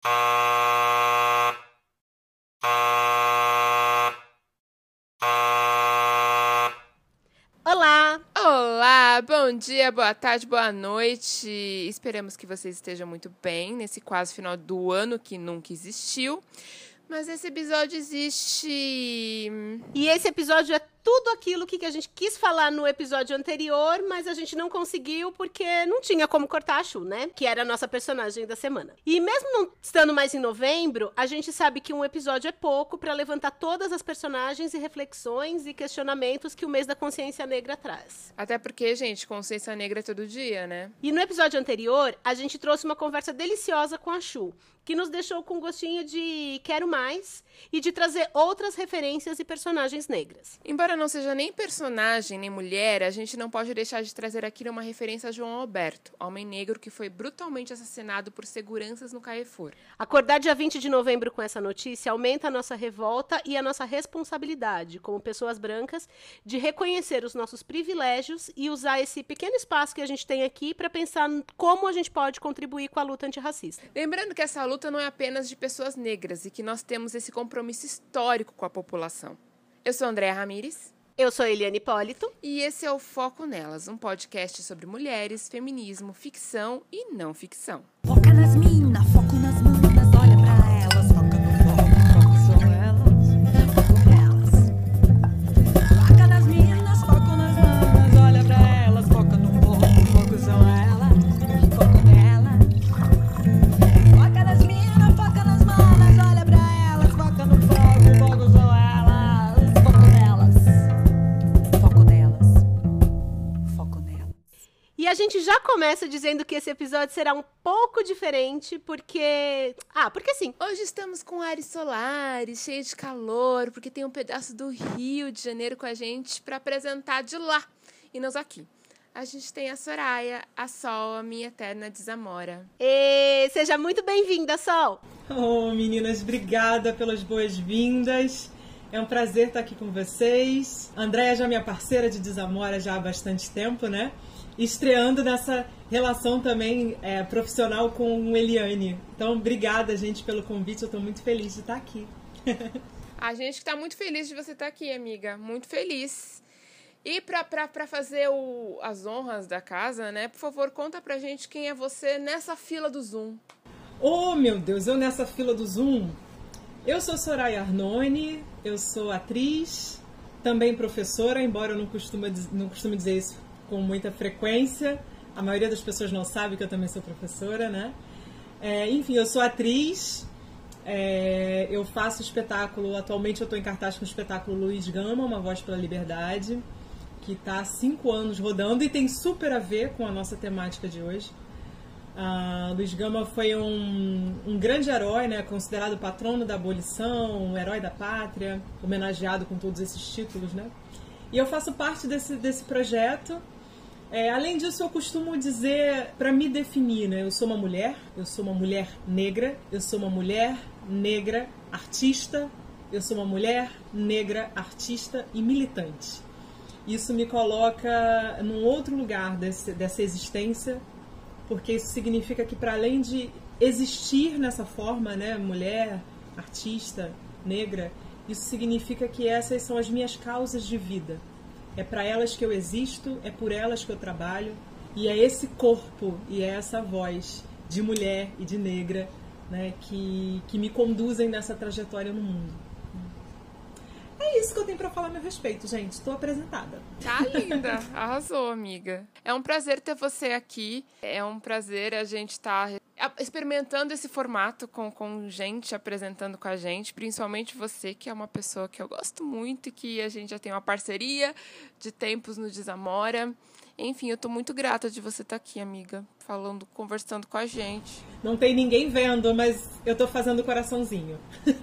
Olá! Olá, bom dia, boa tarde, boa noite. Esperamos que vocês estejam muito bem nesse quase final do ano que nunca existiu. Mas esse episódio existe. E esse episódio é tudo aquilo que a gente quis falar no episódio anterior, mas a gente não conseguiu porque não tinha como cortar a Chu, né? Que era a nossa personagem da semana. E mesmo não estando mais em novembro, a gente sabe que um episódio é pouco pra levantar todas as personagens e reflexões e questionamentos que o mês da consciência negra traz. Até porque, gente, consciência negra é todo dia, né? E no episódio anterior, a gente trouxe uma conversa deliciosa com a Chu, que nos deixou com gostinho de quero mais e de trazer outras referências e personagens negras. Embora não seja nem personagem, nem mulher, a gente não pode deixar de trazer aqui uma referência a João Alberto, homem negro que foi brutalmente assassinado por seguranças no Carrefour. Acordar dia 20 de novembro com essa notícia aumenta a nossa revolta e a nossa responsabilidade, como pessoas brancas, de reconhecer os nossos privilégios e usar esse pequeno espaço que a gente tem aqui para pensar como a gente pode contribuir com a luta antirracista. Lembrando que essa luta não é apenas de pessoas negras e que nós temos esse compromisso histórico com a população. Eu sou Andréa Ramires. Eu sou Eliane Hipólito. E esse é o Foco Nelas, um podcast sobre mulheres, feminismo, ficção e não ficção. Foca nas minas, foco nas manas, olha pra elas, foca no foco são elas, foco nelas. Foca nas minas, foco nas manas, olha pra elas, foca no foco são elas, foco nelas. Foca nas minas, foca nas manas, olha pra elas, foca no foco são elas, foco nelas. Foco nelas, foco nelas. E a gente já começa dizendo que esse episódio será um pouco diferente, porque sim. Hoje estamos com ares solares, cheio de calor, porque tem um pedaço do Rio de Janeiro com a gente para apresentar de lá e nós aqui. A gente tem a Soraya, a Sol, a minha eterna desamora. E seja muito bem-vinda, Sol! Oh, meninas, obrigada pelas boas-vindas. É um prazer estar aqui com vocês. A Andréa já é minha parceira de desamora já há bastante tempo, né? Estreando nessa relação também profissional com Eliane. Então, obrigada, gente, pelo convite. Eu estou muito feliz de estar aqui. A gente está muito feliz de você estar aqui, amiga. Muito feliz. E para fazer as honras da casa, né? Por favor, conta pra gente quem é você nessa fila do Zoom. Oh, meu Deus, eu nessa fila do Zoom. Eu sou Soraya Arnone, eu sou atriz, também professora, embora eu não costume dizer isso com muita frequência. A maioria das pessoas não sabe que eu também sou professora, né? Enfim, eu sou atriz, eu faço espetáculo, atualmente eu estou em cartaz com o espetáculo Luiz Gama, Uma Voz pela Liberdade, que está há 5 anos rodando e tem super a ver com a nossa temática de hoje. Luiz Gama foi um grande herói, né? Considerado patrono da abolição, um herói da pátria, homenageado com todos esses títulos, né? E eu faço parte desse projeto. Além disso, eu costumo dizer, para me definir, né? Eu sou uma mulher negra, eu sou uma mulher negra artista, eu sou uma mulher negra artista e militante. Isso me coloca num outro lugar dessa existência, porque isso significa que, para além de existir nessa forma, né, mulher, artista, negra, isso significa que essas são as minhas causas de vida. É para elas que eu existo, é por elas que eu trabalho, e é esse corpo e é essa voz de mulher e de negra, né, que me conduzem nessa trajetória no mundo. É isso que eu tenho para falar a meu respeito, gente. Estou apresentada. Tá linda. Arrasou, amiga. É um prazer ter você aqui. É um prazer a gente estar experimentando esse formato com gente apresentando com a gente. Principalmente você, que é uma pessoa que eu gosto muito e que a gente já tem uma parceria de tempos no Desamora. Enfim, eu tô muito grata de você estar aqui, amiga. Conversando com a gente. Não tem ninguém vendo, mas eu tô fazendo coraçãozinho.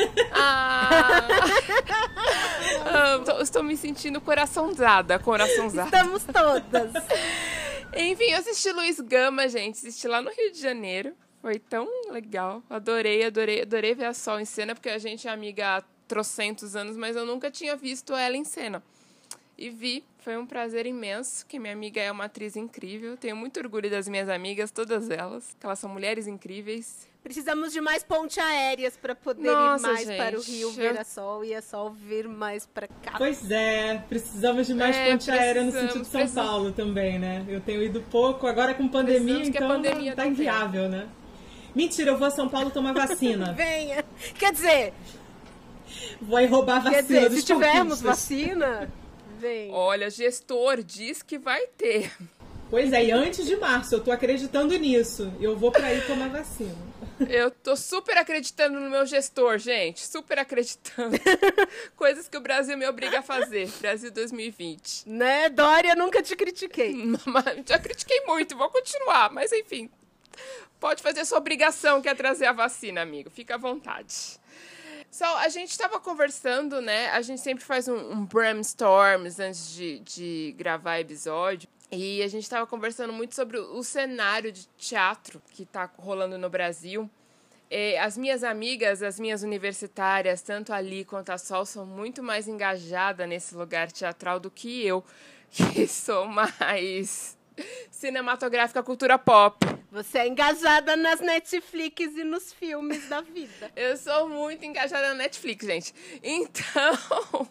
Estou me sentindo coraçãozada. Estamos todas. Enfim, eu assisti Luiz Gama, gente. Assisti lá no Rio de Janeiro. Foi tão legal. Adorei ver a Sol em cena, porque a gente é amiga há trocentos anos, mas eu nunca tinha visto ela em cena. E vi, foi um prazer imenso, que minha amiga é uma atriz incrível. Tenho muito orgulho das minhas amigas, todas elas, que elas são mulheres incríveis. Precisamos de mais pontes aéreas para poder Nossa, ir mais gente, para o Rio ver a Sol e a Sol vir mais para cá. Pois é, precisamos de mais ponte aérea no sentido de São Paulo também, né? Eu tenho ido pouco, agora com pandemia, então pandemia tá inviável, né? Mentira, eu vou a São Paulo tomar vacina. Venha! Quer dizer... Vou aí roubar a vacina Quer dizer, dos se tivermos paulistas. vacina, vem. Olha, gestor diz que vai ter. Pois é, e antes de março, eu tô acreditando nisso. Eu vou pra aí tomar vacina. Eu tô super acreditando no meu gestor, gente. Super acreditando. Coisas que o Brasil me obriga a fazer. Brasil 2020. Né, Dória, nunca te critiquei. Já critiquei muito, vou continuar. Mas, enfim, pode fazer sua obrigação, que é trazer a vacina, amigo. Fica à vontade. Sol, a gente estava conversando, né? A gente sempre faz um brainstorm antes de gravar episódio. E a gente estava conversando muito sobre o cenário de teatro que está rolando no Brasil. As minhas amigas, as minhas universitárias, tanto a Ali quanto a Sol, são muito mais engajadas nesse lugar teatral do que eu, que sou mais cinematográfica, cultura pop. Você é engajada nas Netflix e nos filmes da vida. Eu sou muito engajada na Netflix, gente. Então...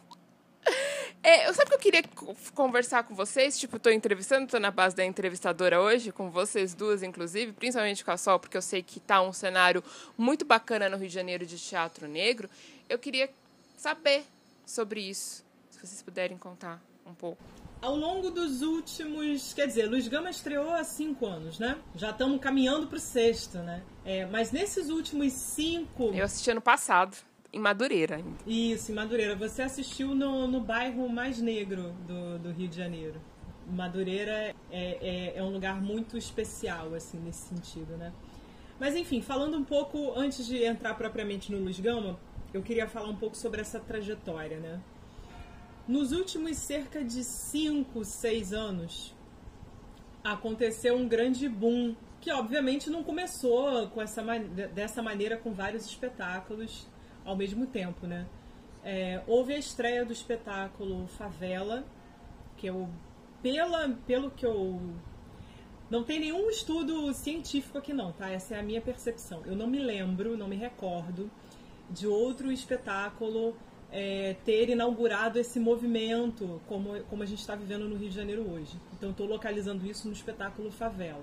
sabe que eu queria conversar com vocês? Tipo, tô entrevistando, tô na base da entrevistadora hoje, com vocês duas, inclusive, principalmente com a Sol, porque eu sei que tá um cenário muito bacana no Rio de Janeiro de teatro negro. Eu queria saber sobre isso, se vocês puderem contar um pouco. Ao longo dos últimos... Quer dizer, Luiz Gama estreou há 5 anos, né? Já estamos caminhando pro 6º, né? Mas nesses últimos 5... Eu assisti ano passado. Em Madureira ainda. Isso, em Madureira. Você assistiu no bairro mais negro do Rio de Janeiro. Madureira é um lugar muito especial, assim, nesse sentido, né? Mas, enfim, falando um pouco, antes de entrar propriamente no Luiz Gama, eu queria falar um pouco sobre essa trajetória, né? Nos últimos cerca de 5, 6 anos, aconteceu um grande boom, que obviamente não começou dessa maneira com vários espetáculos ao mesmo tempo, né? Houve a estreia do espetáculo Favela, que pelo que eu... Não tem nenhum estudo científico aqui não, tá? Essa é a minha percepção. Eu não me lembro, não me recordo de outro espetáculo ter inaugurado esse movimento como a gente está vivendo no Rio de Janeiro hoje. Então, estou localizando isso no espetáculo Favela,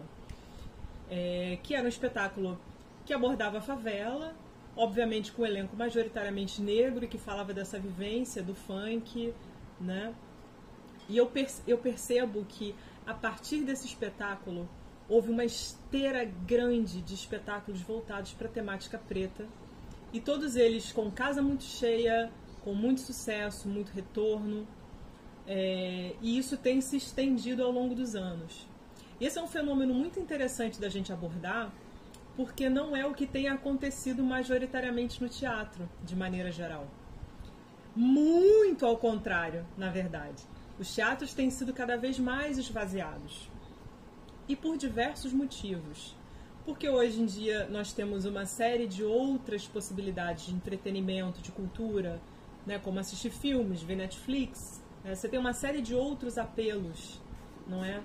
que era um espetáculo que abordava a favela, obviamente com um elenco majoritariamente negro e que falava dessa vivência do funk, né? E eu percebo que, a partir desse espetáculo, houve uma esteira grande de espetáculos voltados para a temática preta, e todos eles com casa muito cheia, com muito sucesso, muito retorno, e isso tem se estendido ao longo dos anos. E esse é um fenômeno muito interessante da gente abordar, porque não é o que tem acontecido majoritariamente no teatro, de maneira geral. Muito ao contrário, na verdade. Os teatros têm sido cada vez mais esvaziados. E por diversos motivos. Porque hoje em dia nós temos uma série de outras possibilidades de entretenimento, de cultura, né, como assistir filmes, ver Netflix. Você tem uma série de outros apelos, não é?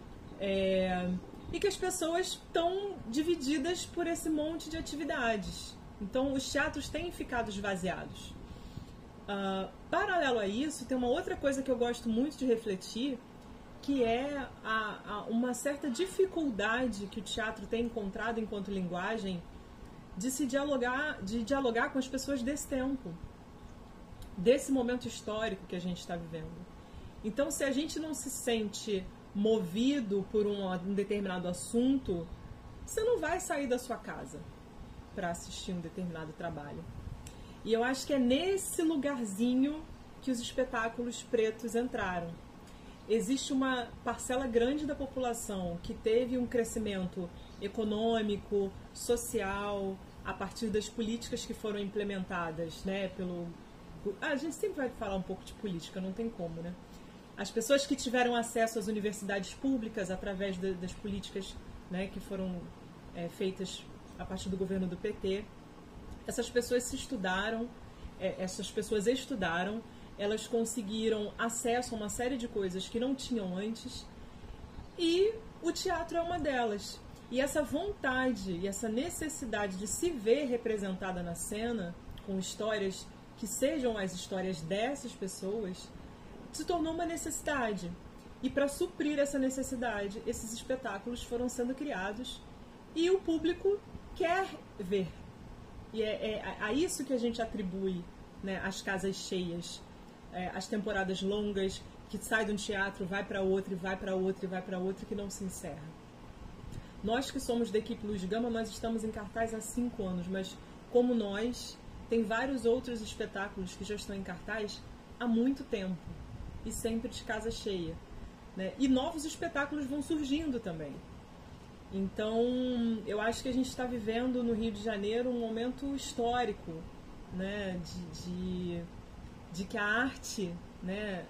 E que as pessoas estão divididas por esse monte de atividades. Então, os teatros têm ficado esvaziados. Paralelo a isso, tem uma outra coisa que eu gosto muito de refletir, que é uma certa dificuldade que o teatro tem encontrado enquanto linguagem de dialogar com as pessoas desse tempo, desse momento histórico que a gente está vivendo. Então, se a gente não se sente movido por um determinado assunto, você não vai sair da sua casa para assistir um determinado trabalho. E eu acho que é nesse lugarzinho que os espetáculos pretos entraram. Existe uma parcela grande da população que teve um crescimento econômico, social, a partir das políticas que foram implementadas, né, a gente sempre vai falar um pouco de política, não tem como, né? As pessoas que tiveram acesso às universidades públicas através das políticas, né, que foram feitas a partir do governo do PT, essas pessoas estudaram, elas conseguiram acesso a uma série de coisas que não tinham antes, e o teatro é uma delas. E essa vontade e essa necessidade de se ver representada na cena, com histórias que sejam as histórias dessas pessoas, se tornou uma necessidade. E para suprir essa necessidade, esses espetáculos foram sendo criados e o público quer ver. E é a isso que a gente atribui, né, as casas cheias, as temporadas longas, que sai de um teatro, vai para outro, e vai para outro, e vai para outro, que não se encerra. Nós que somos da equipe Luz de Gama, nós estamos em cartaz há 5 anos, mas como nós, tem vários outros espetáculos que já estão em cartaz há muito tempo, e sempre de casa cheia, né? E novos espetáculos vão surgindo também. Então, eu acho que a gente está vivendo no Rio de Janeiro um momento histórico, né? De que a arte, né,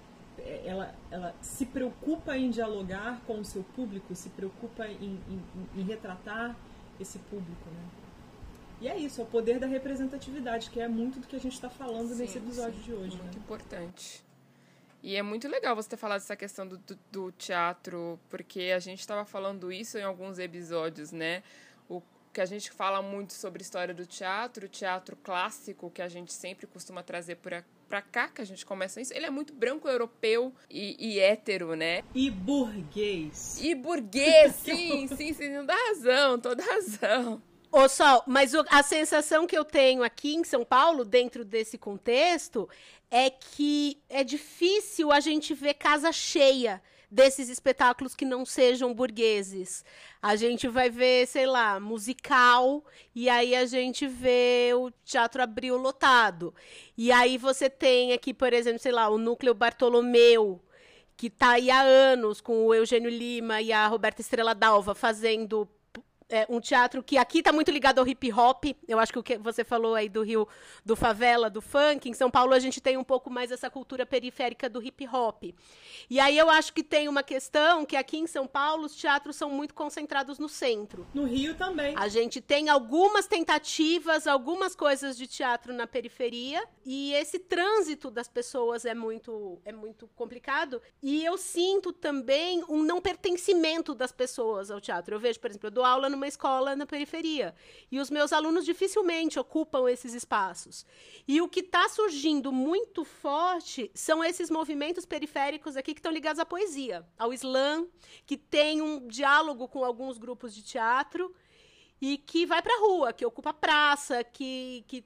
ela se preocupa em dialogar com o seu público, se preocupa em retratar esse público, né? E é isso, é o poder da representatividade, que é muito do que a gente está falando nesse episódio de hoje. Muito né? importante. E é muito legal você ter falado essa questão do teatro, porque a gente estava falando isso em alguns episódios, né? O que a gente fala muito sobre história do teatro, o teatro clássico, que a gente sempre costuma trazer pra cá, que a gente começa isso, ele é muito branco, europeu e hétero, né? E burguês. E burguês, sim, não dá razão, toda razão. Ô, Sol, mas a sensação que eu tenho aqui em São Paulo, dentro desse contexto, é que é difícil a gente ver casa cheia desses espetáculos que não sejam burgueses. A gente vai ver, sei lá, musical, e aí a gente vê o Teatro Abril lotado. E aí você tem aqui, por exemplo, sei lá, o Núcleo Bartolomeu, que tá aí há anos com o Eugênio Lima e a Roberta Estrela Dalva fazendo um teatro que aqui tá muito ligado ao hip hop. Eu acho que o que você falou aí do Rio, do favela, do funk, em São Paulo a gente tem um pouco mais essa cultura periférica do hip hop. E aí eu acho que tem uma questão que aqui em São Paulo os teatros são muito concentrados no centro. No Rio também. A gente tem algumas tentativas, algumas coisas de teatro na periferia, e esse trânsito das pessoas é muito complicado. E eu sinto também um não pertencimento das pessoas ao teatro. Eu vejo, por exemplo, eu dou aula numa escola na periferia, e os meus alunos dificilmente ocupam esses espaços. E o que está surgindo muito forte são esses movimentos periféricos aqui que estão ligados à poesia, ao slam, que tem um diálogo com alguns grupos de teatro e que vai para a rua, que ocupa a praça, e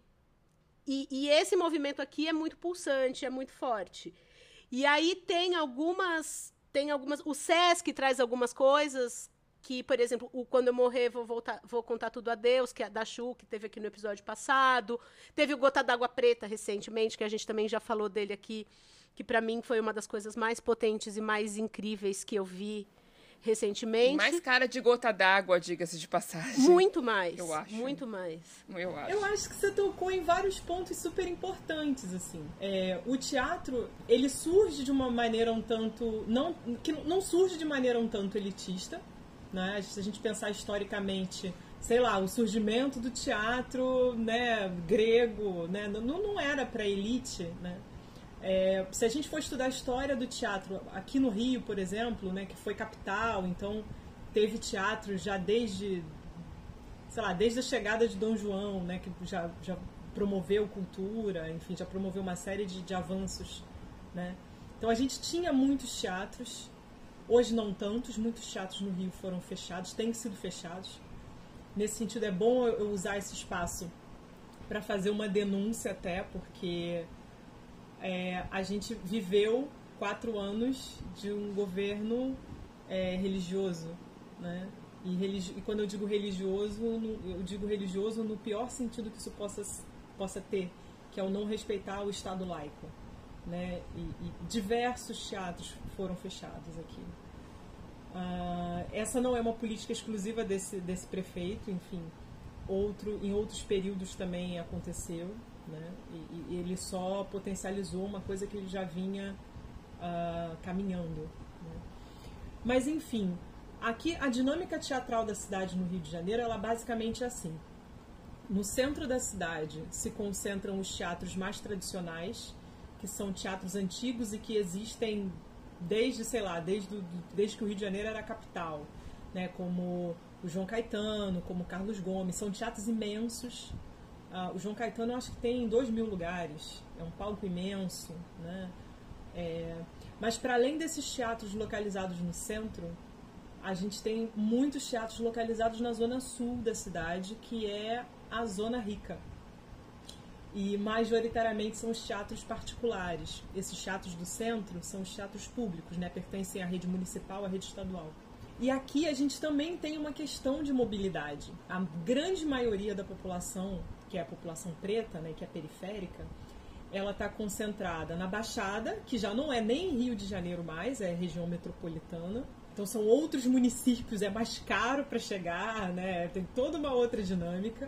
esse movimento aqui é muito pulsante, é muito forte. E aí tem algumas... O Sesc traz algumas coisas que, por exemplo, Quando Eu Morrer Vou Contar Tudo a Deus, que é da Chu, que teve aqui no episódio passado. Teve o Gota d'Água Preta, recentemente, que a gente também já falou dele aqui, que para mim foi uma das coisas mais potentes e mais incríveis que eu vi recentemente. Mais cara de gota d'água, diga-se de passagem. Muito mais. Eu acho. Muito mais. Eu acho que você tocou em vários pontos super importantes, assim. O teatro, ele surge de uma maneira um tanto... que não surge de maneira um tanto elitista, né? Se a gente pensar historicamente, sei lá, o surgimento do teatro, né, grego, né, não era para elite, né? Se a gente for estudar a história do teatro aqui no Rio, por exemplo, né, que foi capital, então teve teatro já desde a chegada de Dom João, né, que já promoveu cultura, enfim, já promoveu uma série de avanços, né? Então a gente tinha muitos teatros. Hoje não tantos, muitos teatros no Rio foram fechados, têm sido fechados. Nesse sentido, é bom eu usar esse espaço para fazer uma denúncia até, porque a gente viveu 4 anos de um governo religioso, né? E quando eu digo religioso, eu digo religioso no pior sentido que isso possa ter, que é o não respeitar o Estado laico. Né? E diversos teatros foram fechados aqui. Essa não é uma política exclusiva desse prefeito, enfim, em outros períodos também aconteceu, né? E ele só potencializou uma coisa que ele já vinha caminhando, né? Mas enfim, aqui a dinâmica teatral da cidade no Rio de Janeiro, ela basicamente é assim. No centro da cidade se concentram os teatros mais tradicionais, que são teatros antigos e que existem desde que o Rio de Janeiro era a capital, né? Como o João Caetano, como o Carlos Gomes. São teatros imensos. O João Caetano eu acho que tem 2.000 lugares. É um palco imenso, né? Mas para além desses teatros localizados no centro, a gente tem muitos teatros localizados na zona sul da cidade, que é a Zona Rica. E majoritariamente são os teatros particulares. Esses teatros do centro são os teatros públicos, né? Pertencem à rede municipal, à rede estadual. E aqui a gente também tem uma questão de mobilidade. A grande maioria da população, que é a população preta, né, que é periférica, ela está concentrada na Baixada, que já não é nem Rio de Janeiro mais, é região metropolitana. Então são outros municípios, é mais caro para chegar, né? Tem toda uma outra dinâmica.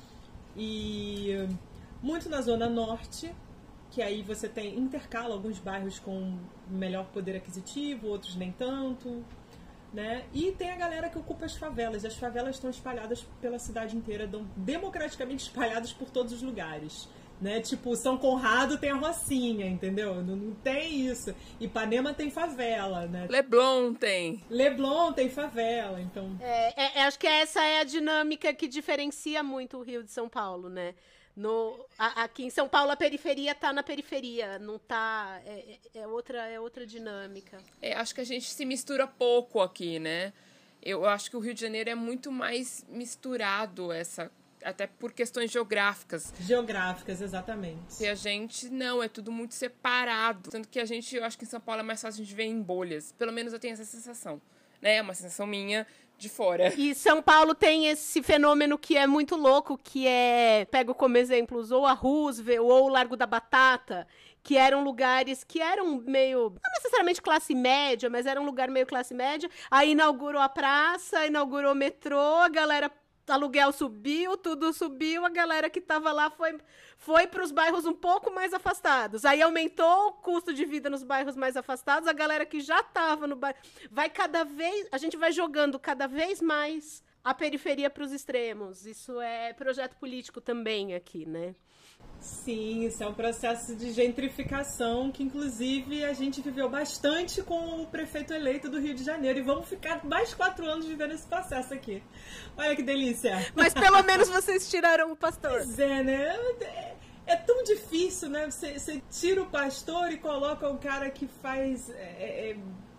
E muito na Zona Norte, que aí você intercala alguns bairros com melhor poder aquisitivo, outros nem tanto, né? E tem a galera que ocupa as favelas. As favelas estão espalhadas pela cidade inteira, democraticamente espalhadas por todos os lugares, né? Tipo, São Conrado tem a Rocinha, entendeu? Não tem isso. Ipanema tem favela, né? Leblon tem favela, então... Acho que essa é a dinâmica que diferencia muito o Rio de São Paulo, né? Aqui em São Paulo a periferia tá na periferia, não tá... É outra dinâmica. Acho que a gente se mistura pouco aqui, né? Eu acho que o Rio de Janeiro é muito mais misturado, até por questões geográficas. Geográficas, exatamente. E a gente não, é tudo muito separado. Tanto que eu acho que em São Paulo é mais fácil de viver em bolhas. Pelo menos eu tenho essa sensação, né? É uma sensação minha de fora. E São Paulo tem esse fenômeno que é muito louco, que pego como exemplos ou a Roosevelt ou o Largo da Batata, que eram lugares que eram meio, não necessariamente classe média, mas era um lugar meio classe média. Aí inaugurou a praça, inaugurou o metrô, a galera... aluguel subiu, tudo subiu, a galera que tava lá foi para os bairros um pouco mais afastados. Aí aumentou o custo de vida nos bairros mais afastados, a galera que já tava no bairro... a gente vai jogando cada vez mais a periferia para os extremos. Isso é projeto político também aqui, né? Sim, isso é um processo de gentrificação que, inclusive, a gente viveu bastante com o prefeito eleito do Rio de Janeiro. E vamos ficar mais 4 anos vivendo esse processo aqui. Olha que delícia. Mas pelo menos vocês tiraram o pastor. Pois é, né? É tão difícil, né? Você tira o pastor e coloca o cara que faz... É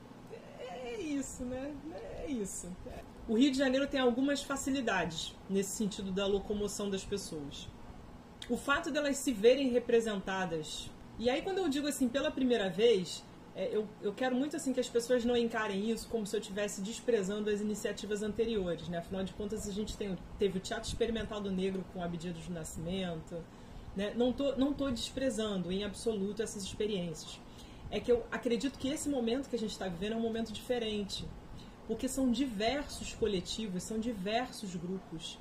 isso, né? É isso. O Rio de Janeiro tem algumas facilidades nesse sentido da locomoção das pessoas. O fato delas se verem representadas. E aí, quando eu digo assim, pela primeira vez, eu quero muito assim que as pessoas não encarem isso como se eu estivesse desprezando as iniciativas anteriores, né? Afinal de contas, a gente teve o Teatro Experimental do Negro com Abdias do Nascimento, né? Não tô desprezando em absoluto essas experiências. É que eu acredito que esse momento que a gente está vivendo é um momento diferente, porque são diversos coletivos, são diversos grupos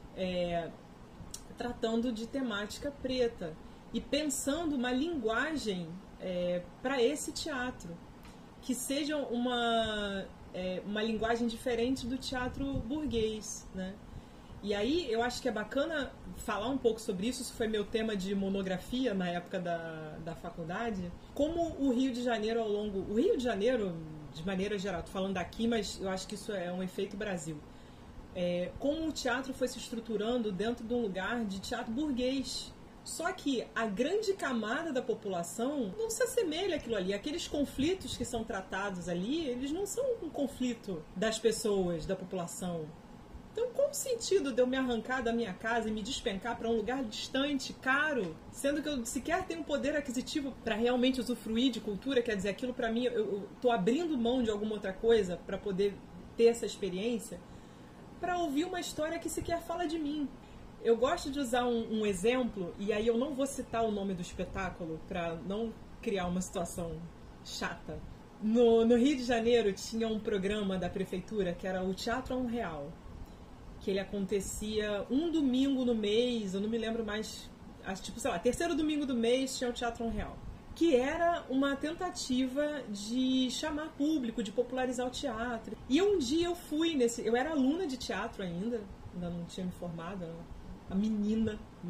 tratando de temática preta e pensando uma linguagem para esse teatro, que seja uma linguagem diferente do teatro burguês, né? E aí eu acho que é bacana falar um pouco sobre isso. Isso foi meu tema de monografia na época da faculdade. Como o Rio de Janeiro o Rio de Janeiro, de maneira geral, tô falando daqui, mas eu acho que isso é um efeito Brasil. Como o teatro foi se estruturando dentro de um lugar de teatro burguês. Só que a grande camada da população não se assemelha àquilo ali. Aqueles conflitos que são tratados ali, eles não são um conflito das pessoas, da população. Então, qual o sentido de eu me arrancar da minha casa e me despencar para um lugar distante, caro, sendo que eu sequer tenho poder aquisitivo para realmente usufruir de cultura? Quer dizer, aquilo para mim, eu tô abrindo mão de alguma outra coisa para poder ter essa experiência, para ouvir uma história que sequer fala de mim. Eu gosto de usar um exemplo, e aí eu não vou citar o nome do espetáculo para não criar uma situação chata. No Rio de Janeiro tinha um programa da prefeitura que era o Teatro a R$1, que ele acontecia um domingo no mês, eu não me lembro mais, tipo, sei lá, terceiro domingo do mês tinha o Teatro a R$1, que era uma tentativa de chamar público, de popularizar o teatro. E um dia eu fui eu era aluna de teatro ainda não tinha me formado, a menina, né?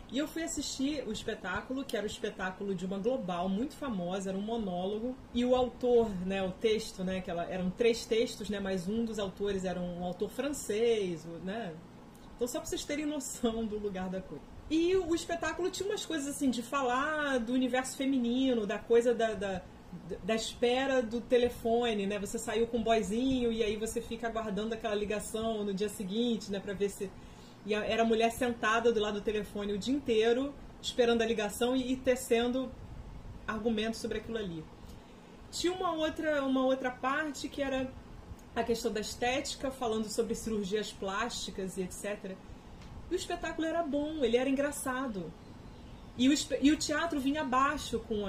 E eu fui assistir o espetáculo, que era o espetáculo de uma global muito famosa, era um monólogo. E o autor, né, o texto, né, eram 3 textos, né, mas um dos autores era um autor francês, né? Então só pra vocês terem noção do lugar da coisa. E o espetáculo tinha umas coisas assim, de falar do universo feminino, da coisa da espera do telefone, né? Você saiu com um boyzinho e aí você fica aguardando aquela ligação no dia seguinte, né, pra ver se... E era a mulher sentada do lado do telefone o dia inteiro, esperando a ligação e tecendo argumentos sobre aquilo ali. Tinha uma outra parte que era a questão da estética, falando sobre cirurgias plásticas e etc. E o espetáculo era bom, ele era engraçado. E o teatro vinha abaixo com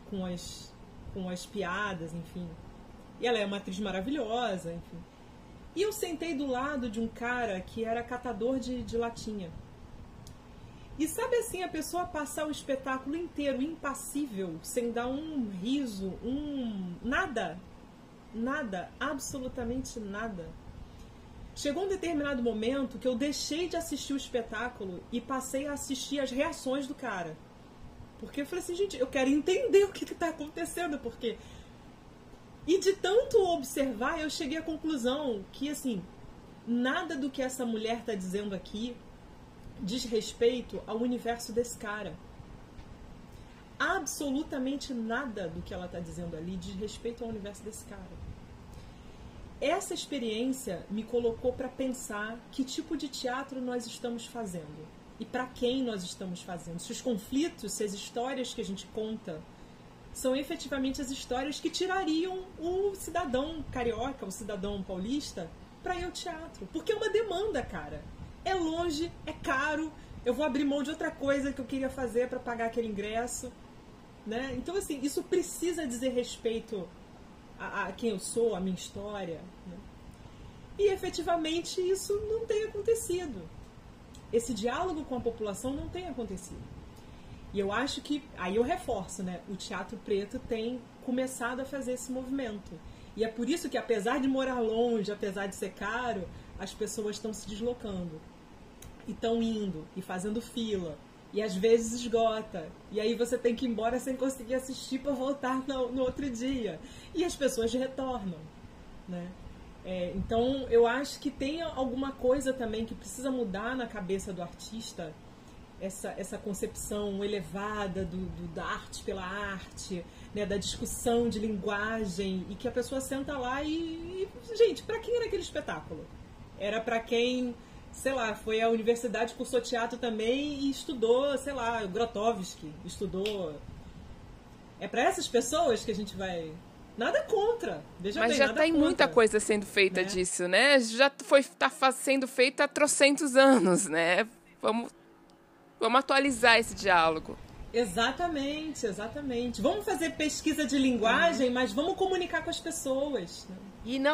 as piadas, enfim. E ela é uma atriz maravilhosa, enfim. E eu sentei do lado de um cara que era catador de latinha. E sabe assim, a pessoa passar o espetáculo inteiro impassível, sem dar um riso, nada, absolutamente nada. Chegou um determinado momento que eu deixei de assistir o espetáculo e passei a assistir as reações do cara. Porque eu falei assim, gente, eu quero entender o que está acontecendo, porque... E de tanto observar, eu cheguei à conclusão que, assim, nada do que essa mulher está dizendo aqui diz respeito ao universo desse cara. Absolutamente nada do que ela está dizendo ali diz respeito ao universo desse cara. Essa experiência me colocou para pensar que tipo de teatro nós estamos fazendo e para quem nós estamos fazendo. Se os conflitos, se as histórias que a gente conta são efetivamente as histórias que tirariam o cidadão carioca, o cidadão paulista, para ir ao teatro. Porque é uma demanda, cara. É longe, é caro, eu vou abrir mão de outra coisa que eu queria fazer para pagar aquele ingresso, né? Então, assim, isso precisa dizer respeito a quem eu sou, a minha história, né? E, efetivamente, isso não tem acontecido. Esse diálogo com a população não tem acontecido. E eu acho que, aí eu reforço, né? O Teatro Preto tem começado a fazer esse movimento. E é por isso que, apesar de morar longe, apesar de ser caro, as pessoas estão se deslocando. E estão indo, e fazendo fila. E às vezes esgota. E aí você tem que ir embora sem conseguir assistir para voltar no outro dia. E as pessoas retornam, né? Então, eu acho que tem alguma coisa também que precisa mudar na cabeça do artista, essa concepção elevada da arte pela arte, né, da discussão de linguagem, e que a pessoa senta lá e gente, para quem era aquele espetáculo? Era para quem, sei lá, foi à universidade, cursou teatro também e estudou, sei lá, Grotowski, estudou. É para essas pessoas que a gente vai... Nada contra, veja Mas bem, já nada tem contra. muita coisa sendo feita, né, disso, né? Já tá sendo feita há trocentos anos, né? Vamos atualizar esse diálogo. Exatamente. Vamos fazer pesquisa de linguagem, mas vamos comunicar com as pessoas, né?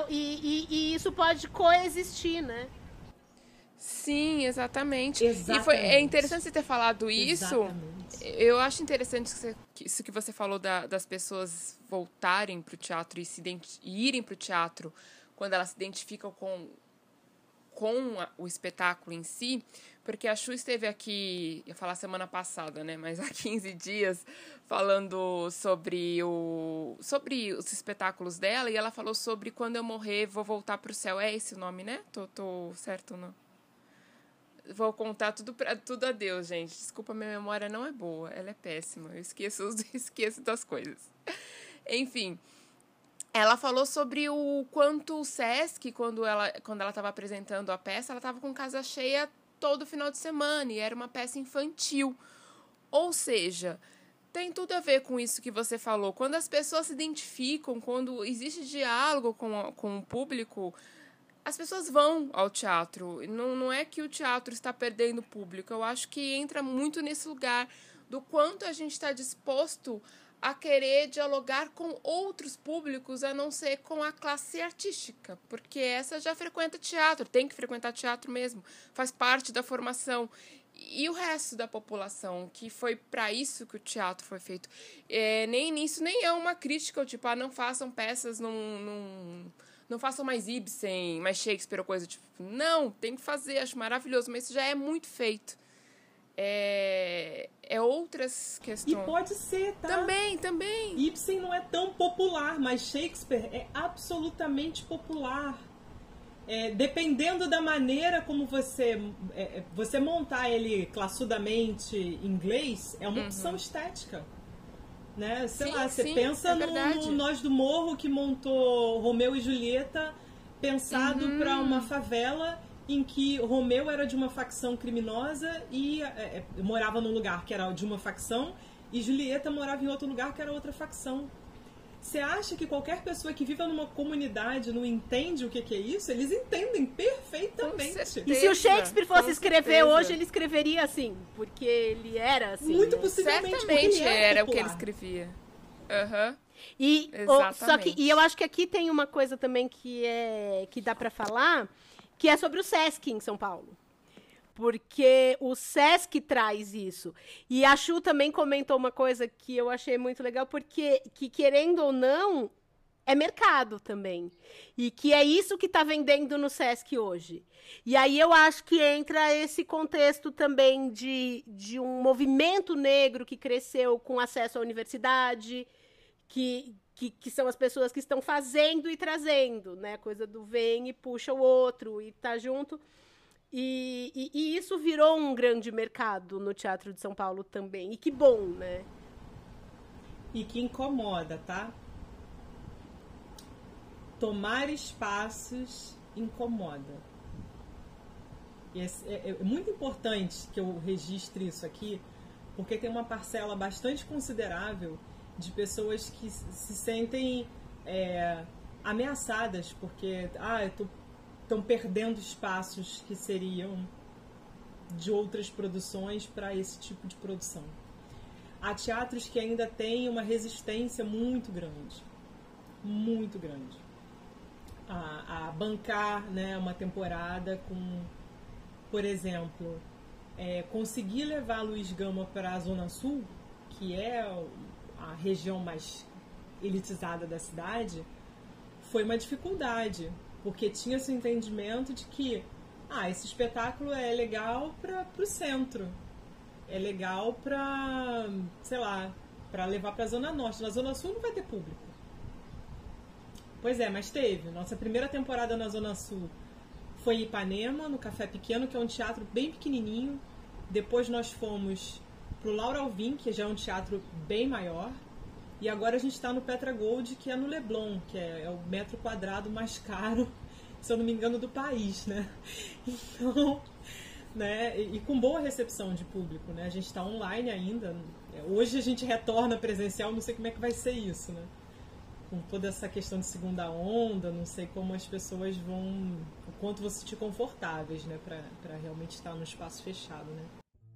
E isso pode coexistir, né? Sim, exatamente. Exatamente. E é interessante você ter falado isso. Exatamente. Eu acho interessante isso que você falou das pessoas voltarem para o teatro e irem para o teatro quando elas se identificam com o espetáculo em si, porque a Chu esteve aqui, ia falar semana passada, né, mas há 15 dias, falando sobre os espetáculos dela, e ela falou sobre Quando Eu Morrer, Vou Voltar pro Céu. É esse o nome, né? Tô certo ou não? Vou contar tudo a Deus, gente. Desculpa, minha memória não é boa, ela é péssima, eu esqueço das coisas. Enfim, ela falou sobre o quanto o Sesc, quando ela estava apresentando a peça, ela estava com casa cheia todo final de semana, e era uma peça infantil. Ou seja, tem tudo a ver com isso que você falou. Quando as pessoas se identificam, quando existe diálogo com o público, as pessoas vão ao teatro. Não é que o teatro está perdendo público. Eu acho que entra muito nesse lugar do quanto a gente está disposto a querer dialogar com outros públicos, a não ser com a classe artística, porque essa já frequenta teatro, tem que frequentar teatro mesmo, faz parte da formação. E o resto da população, que foi para isso que o teatro foi feito. Nem é uma crítica, tipo, não façam peças, não façam mais Ibsen, mais Shakespeare ou coisa tipo. Não, tem que fazer, acho maravilhoso, mas isso já é muito feito. outras questões. E pode ser, tá? Também. Ibsen não é tão popular, mas Shakespeare é absolutamente popular. Dependendo da maneira como você montar ele classudamente em inglês, é uma opção estética. Né? Sei lá, você pensa no Nós do Morro, que montou Romeu e Julieta pensado para uma favela em que Romeu era de uma facção criminosa e morava num lugar que era de uma facção e Julieta morava em outro lugar que era outra facção. Você acha que qualquer pessoa que viva numa comunidade não entende o que é isso? Eles entendem perfeitamente. E se o Shakespeare fosse escrever hoje, ele escreveria assim, porque ele era assim. Muito possivelmente. Certamente era o que ele escrevia. E eu acho que aqui tem uma coisa também que dá pra falar, que é sobre o Sesc em São Paulo. Porque o Sesc traz isso. E a Chu também comentou uma coisa que eu achei muito legal, porque, querendo ou não, é mercado também. E que é isso que está vendendo no Sesc hoje. E aí eu acho que entra esse contexto também de um movimento negro que cresceu com acesso à universidade, que são as pessoas que estão fazendo e trazendo, né? Coisa do vem e puxa o outro e tá junto. E isso virou um grande mercado no Teatro de São Paulo também. E que bom, né? E que incomoda, tá? Tomar espaços incomoda. E é muito importante que eu registre isso aqui, porque tem uma parcela bastante considerável de pessoas que se sentem ameaçadas, porque estão perdendo espaços que seriam de outras produções para esse tipo de produção. Há teatros que ainda têm uma resistência muito grande a bancar, né, uma temporada com, por exemplo, conseguir levar Luiz Gama para a Zona Sul, que é a região mais elitizada da cidade, foi uma dificuldade, porque tinha esse entendimento de que esse espetáculo é legal para o centro, é legal para, sei lá, para levar para a Zona Norte. Na Zona Sul não vai ter público. Pois é, mas teve. Nossa primeira temporada na Zona Sul foi em Ipanema, no Café Pequeno, que é um teatro bem pequenininho. Depois nós fomos pro Laura Alvim, que já é um teatro bem maior. E agora a gente está no Petra Gold, que é no Leblon, que é o metro quadrado mais caro, se eu não me engano, do país, né? Então, né? E com boa recepção de público, né? A gente está online ainda. Hoje a gente retorna presencial, não sei como é que vai ser isso, né? Com toda essa questão de segunda onda, não sei como as pessoas vão... O quanto vão se sentir confortáveis, né? Para realmente estar no espaço fechado, né?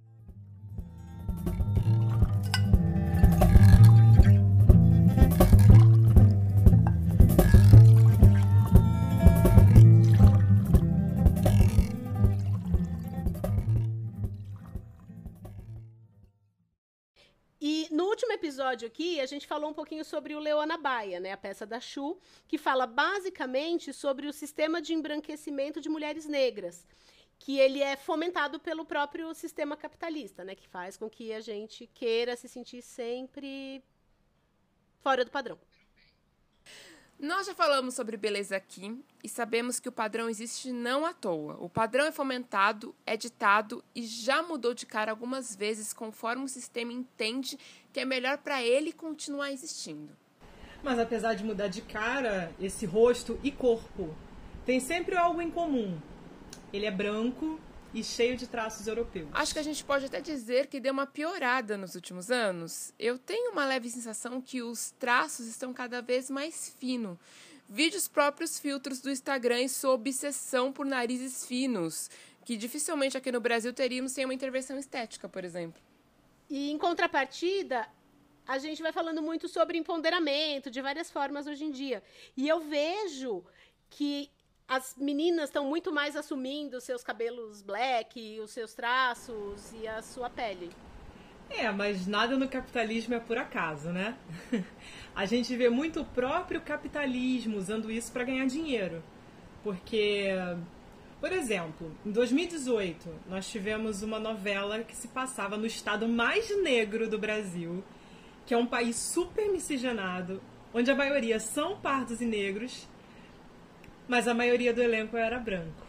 E no último episódio aqui, a gente falou um pouquinho sobre o Leona Baia, né, a peça da Chu, que fala basicamente sobre o sistema de embranquecimento de mulheres negras, que ele é fomentado pelo próprio sistema capitalista, né, que faz com que a gente queira se sentir sempre fora do padrão. Nós já falamos sobre beleza aqui e sabemos que o padrão existe não à toa. O padrão é fomentado, é ditado e já mudou de cara algumas vezes conforme o sistema entende que é melhor para ele continuar existindo. Mas apesar de mudar de cara, esse rosto e corpo tem sempre algo em comum. Ele é branco e cheio de traços europeus. Acho que a gente pode até dizer que deu uma piorada nos últimos anos. Eu tenho uma leve sensação que os traços estão cada vez mais finos. Vide os próprios filtros do Instagram e sua obsessão por narizes finos, que dificilmente aqui no Brasil teríamos sem uma intervenção estética, por exemplo. E em contrapartida, a gente vai falando muito sobre empoderamento, de várias formas hoje em dia. E eu vejo que as meninas estão muito mais assumindo seus cabelos black, os seus traços e a sua pele. Mas nada no capitalismo é por acaso, né? A gente vê muito o próprio capitalismo usando isso para ganhar dinheiro. Porque Por exemplo, em 2018, nós tivemos uma novela que se passava no estado mais negro do Brasil, que é um país super miscigenado, onde a maioria são pardos e negros, mas a maioria do elenco era branco.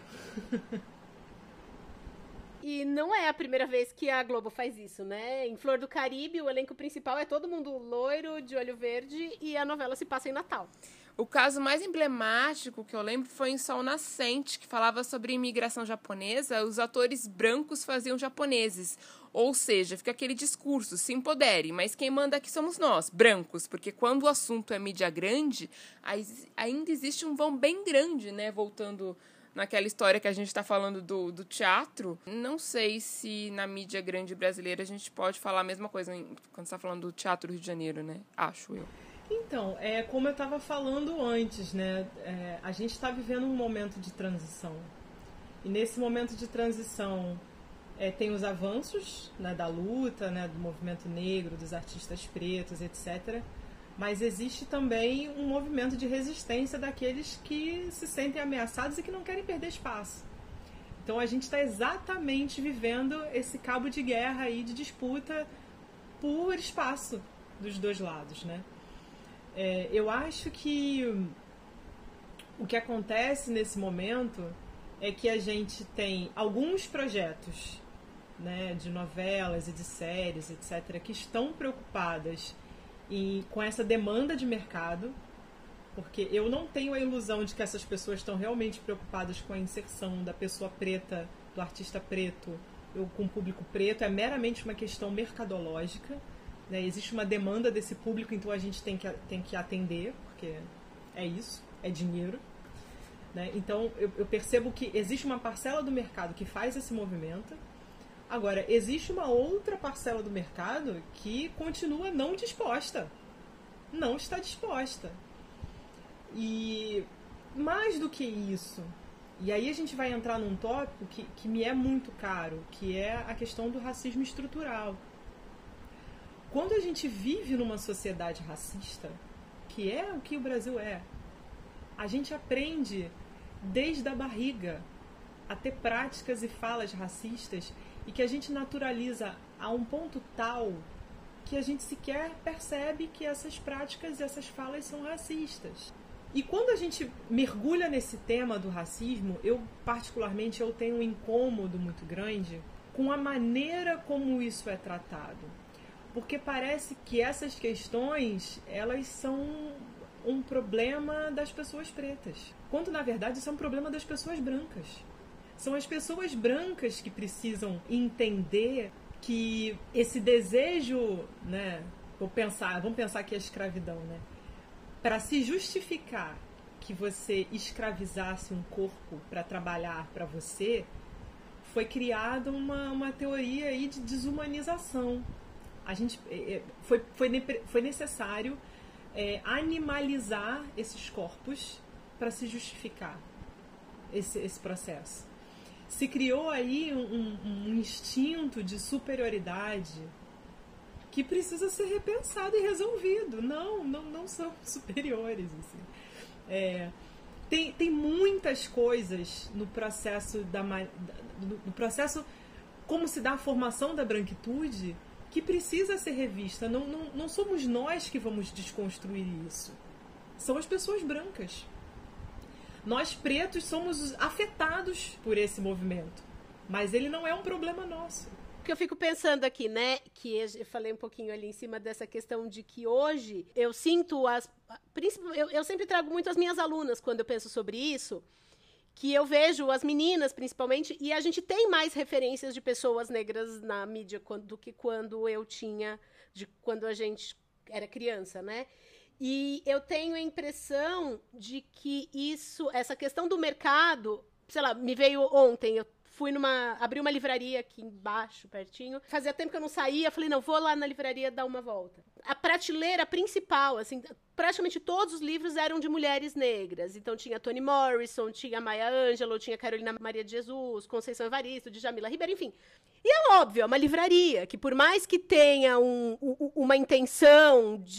E não é a primeira vez que a Globo faz isso, né? Em Flor do Caribe, o elenco principal é todo mundo loiro, de olho verde, e a novela se passa em Natal. O caso mais emblemático que eu lembro foi em Sol Nascente, que falava sobre imigração japonesa. Os atores brancos faziam japoneses. Ou seja, fica aquele discurso, se empodere, mas quem manda aqui somos nós, brancos. Porque quando o assunto é mídia grande, ainda existe um vão bem grande, né? Voltando naquela história que a gente está falando do teatro. Não sei se na mídia grande brasileira a gente pode falar a mesma coisa quando está falando do Teatro Rio de Janeiro, né? Acho eu. Então, como eu estava falando antes, né? A gente está vivendo um momento de transição. E nesse momento de transição tem os avanços, né, da luta, né, do movimento negro, dos artistas pretos, etc. Mas existe também um movimento de resistência daqueles que se sentem ameaçados e que não querem perder espaço. Então a gente está exatamente vivendo esse cabo de guerra aí, de disputa por espaço dos dois lados, né? Eu acho que o que acontece nesse momento é que a gente tem alguns projetos, né, de novelas e de séries, etc., que estão preocupadas com essa demanda de mercado, porque eu não tenho a ilusão de que essas pessoas estão realmente preocupadas com a inserção da pessoa preta, do artista preto, com o público preto. É meramente uma questão mercadológica, né? Existe uma demanda desse público, então a gente tem que atender, porque é isso, é dinheiro, né? Então eu percebo que existe uma parcela do mercado que faz esse movimento. Agora, existe uma outra parcela do mercado que continua não disposta. Não está disposta. E mais do que isso, e aí a gente vai entrar num tópico que me é muito caro, que é a questão do racismo estrutural. Quando a gente vive numa sociedade racista, que é o que o Brasil é, a gente aprende desde a barriga a ter práticas e falas racistas e que a gente naturaliza a um ponto tal que a gente sequer percebe que essas práticas e essas falas são racistas. E quando a gente mergulha nesse tema do racismo, particularmente tenho um incômodo muito grande com a maneira como isso é tratado. Porque parece que essas questões, elas são um problema das pessoas pretas, quando na verdade isso é um problema das pessoas brancas. São as pessoas brancas que precisam entender que esse desejo, né, vamos pensar que é a escravidão, né? Para se justificar que você escravizasse um corpo para trabalhar para você, foi criada uma teoria aí de desumanização. Foi necessário animalizar esses corpos para se justificar esse processo. Se criou aí um instinto de superioridade que precisa ser repensado e resolvido. Não são superiores. Assim. Tem muitas coisas no processo no processo como se dá a formação da branquitude que precisa ser revista. Não somos nós que vamos desconstruir isso. São as pessoas brancas. Nós pretos somos afetados por esse movimento, mas ele não é um problema nosso. O que eu fico pensando aqui, né, que eu falei um pouquinho ali em cima dessa questão de que hoje eu sinto eu sempre trago muito as minhas alunas quando eu penso sobre isso, que eu vejo as meninas principalmente, e a gente tem mais referências de pessoas negras na mídia do que quando quando a gente era criança, né? E eu tenho a impressão de que essa questão do mercado, sei lá, me veio ontem, eu abri uma livraria aqui embaixo, pertinho. Fazia tempo que eu não saía, falei, não, vou lá na livraria dar uma volta. A prateleira principal, assim, praticamente todos os livros eram de mulheres negras. Então tinha Toni Morrison, tinha Maya Angelou, tinha Carolina Maria de Jesus, Conceição Evaristo, Djamila Ribeiro, enfim. E é óbvio, é uma livraria que por mais que tenha uma intenção de